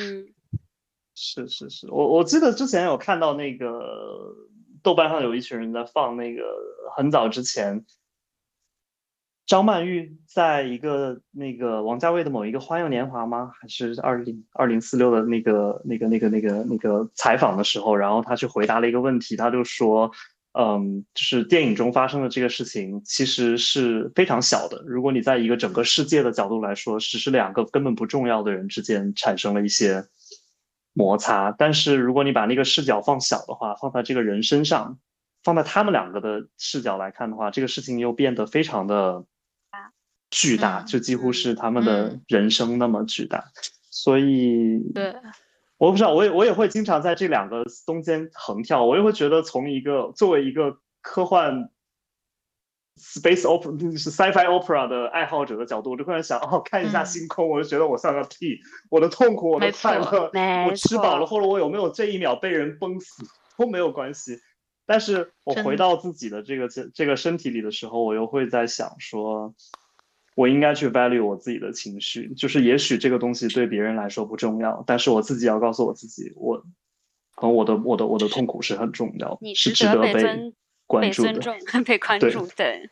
是，我记得之前有看到那个豆瓣上有一群人在放那个很早之前张曼玉在一个那个王家卫的某一个花样年华吗？还是2046的那个采访的时候，然后他去回答了一个问题，他就说。就是电影中发生的这个事情其实是非常小的。如果你在一个整个世界的角度来说，只是2个根本不重要的人之间产生了一些摩擦。但是如果你把那个视角放小的话，放在这个人身上，放在他们2个的视角来看的话，这个事情又变得非常的巨大，就几乎是他们的人生那么巨大。所以对。 我不知道，我也会经常在这2个中间横跳。我也会觉得，作为一个科幻 space opera 是 sci-fi opera 的爱好者的角度，我就突然想，看一下星空，我就觉得我像个屁。我的痛苦，我的快乐，我吃饱了，或者我有没有这一秒被人崩死都没有关系。但是我回到自己的这个身体里的时候，我又会在想说。我应该去 value 我自己的情绪，就是也许这个东西对别人来说不重要，但是我自己要告诉我自己，我的痛苦是很重要，是值得被关注的， 被尊重、被关注，对。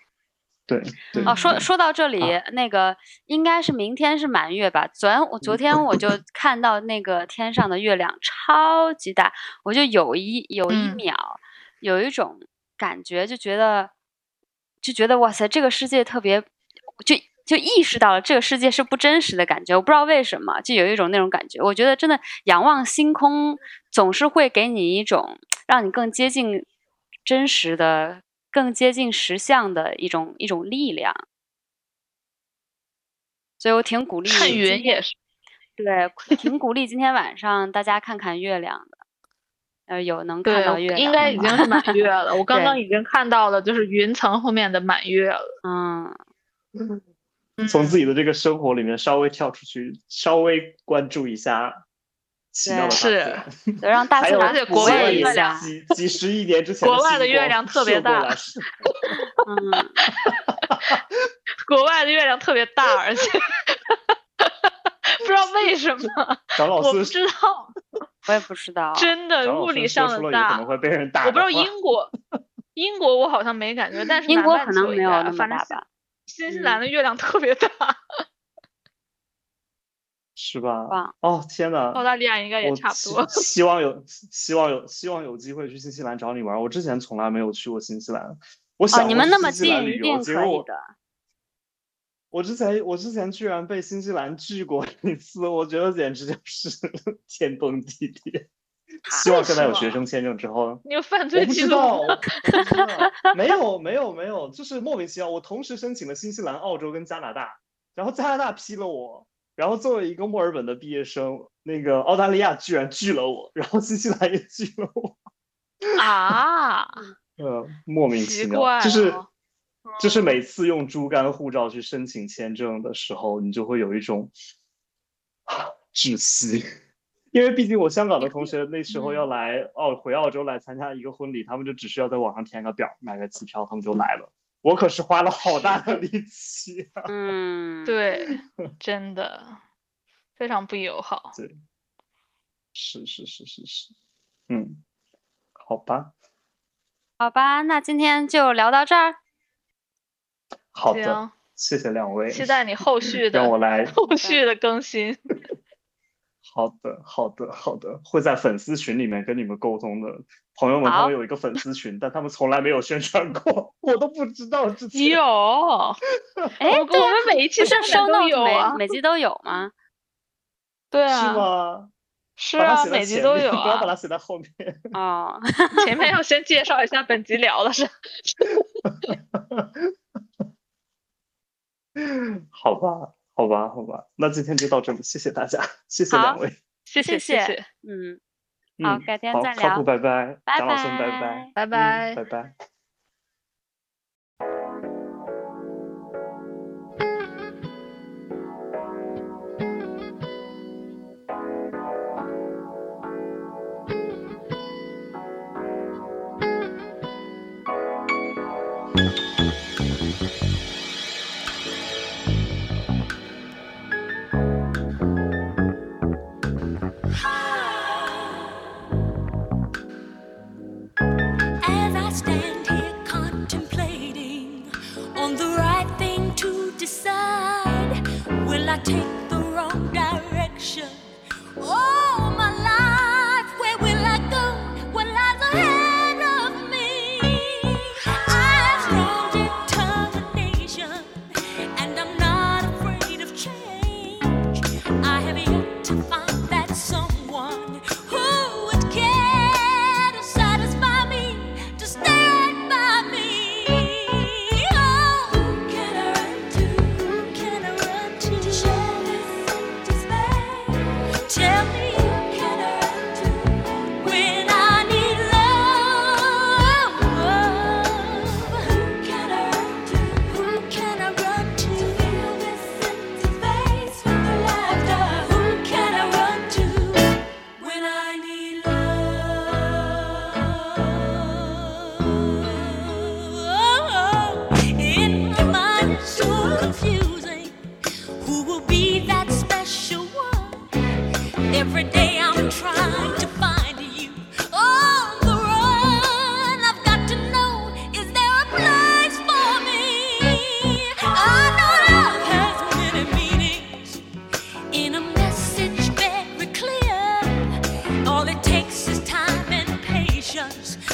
说到这里，那个应该是明天是满月吧？昨天我就看到那个天上的月亮超级大，我就有一秒有一种感觉，就觉得哇塞，这个世界特别。就意识到了这个世界是不真实的感觉，我不知道为什么，就有一种那种感觉。我觉得真的仰望星空，总是会给你一种让你更接近真实的、更接近实相的一种力量。所以我挺鼓励看云也是， 对，挺鼓励今天晚上大家看看月亮的。有能看到月亮， 应该已经是满月了。我刚刚已经看到了，就是云层后面的满月了。 从自己的这个生活里面稍微跳出去，稍微关注一下奇妙的大自然， 让大自然。 而且国外的月亮几十亿年之前， 国外的月亮特别大。国外的月亮特别大，而且不知道为什么。 我不知道， 我也不知道， 真的物理上的大， 可能会被人打。 我不知道英国我好像没感觉，但是英国可能没有那么大吧。 新西兰的月亮特别大。 是吧？ 哇哦天哪！ 澳大利亚应该也差不多。 希望有机会去新西兰找你玩。我之前从来没有去过新西兰，我想你们那么新西兰近， 旅游， 一定可以的。 我之前居然被新西兰拒过一次，我觉得简直就是天崩地裂。希望现在有学生签证之后， 你有犯罪记录？ 我不知道，没有，就是莫名其妙。我同时申请了新西兰、澳洲跟加拿大，然后加拿大批了我，然后作为一个墨尔本的毕业生，那个澳大利亚居然拒了我，然后新西兰也拒了我。 啊， 莫名其妙，就是每次用猪肝护照去申请签证的时候，你就会有一种窒息。因为毕竟我香港的同学那时候要回澳洲来参加一个婚礼，他们就只需要在网上填个表，买个机票，他们就来了。我可是花了好大的力气啊！ 对，真的非常不友好。 对，是，好吧， 那今天就聊到这儿。 好的，谢谢两位， 期待你后续的更新。 好的，会在粉丝群里面跟你们沟通的。朋友们，他们有一个粉丝群，但他们从来没有宣传过，我都不知道之前有。我们每一期上面都有啊， 每集都有吗？ 对啊。 是吗？ 是啊，每集都有啊。 不要把它写在后面。 前面要先介绍一下本集聊的是。 好吧，那今天就到这里，谢谢大家，谢谢两位， 谢谢， 好，改天再聊， 靠谱，拜拜，张老孙，拜拜。 Take the wrong direction. Oh, my life, where will I go? What lies ahead of me? I have strong determination, and I'm not afraid of change. I have yet to find that someone who would care to satisfy me, to stay right by me. Oh, who can I run to? Who can I run to? Tell me who can I run to when I need love? Who can I run to? Who can I run to feel this empty space with the laughter? Who can I run to when I need love? In my mind it's so confusing. Who will be that special one? Every day I'm trying to find you on the run. I've got to know, is there a place for me? I know love has many meanings. In a message very clear, all it takes is time and patience.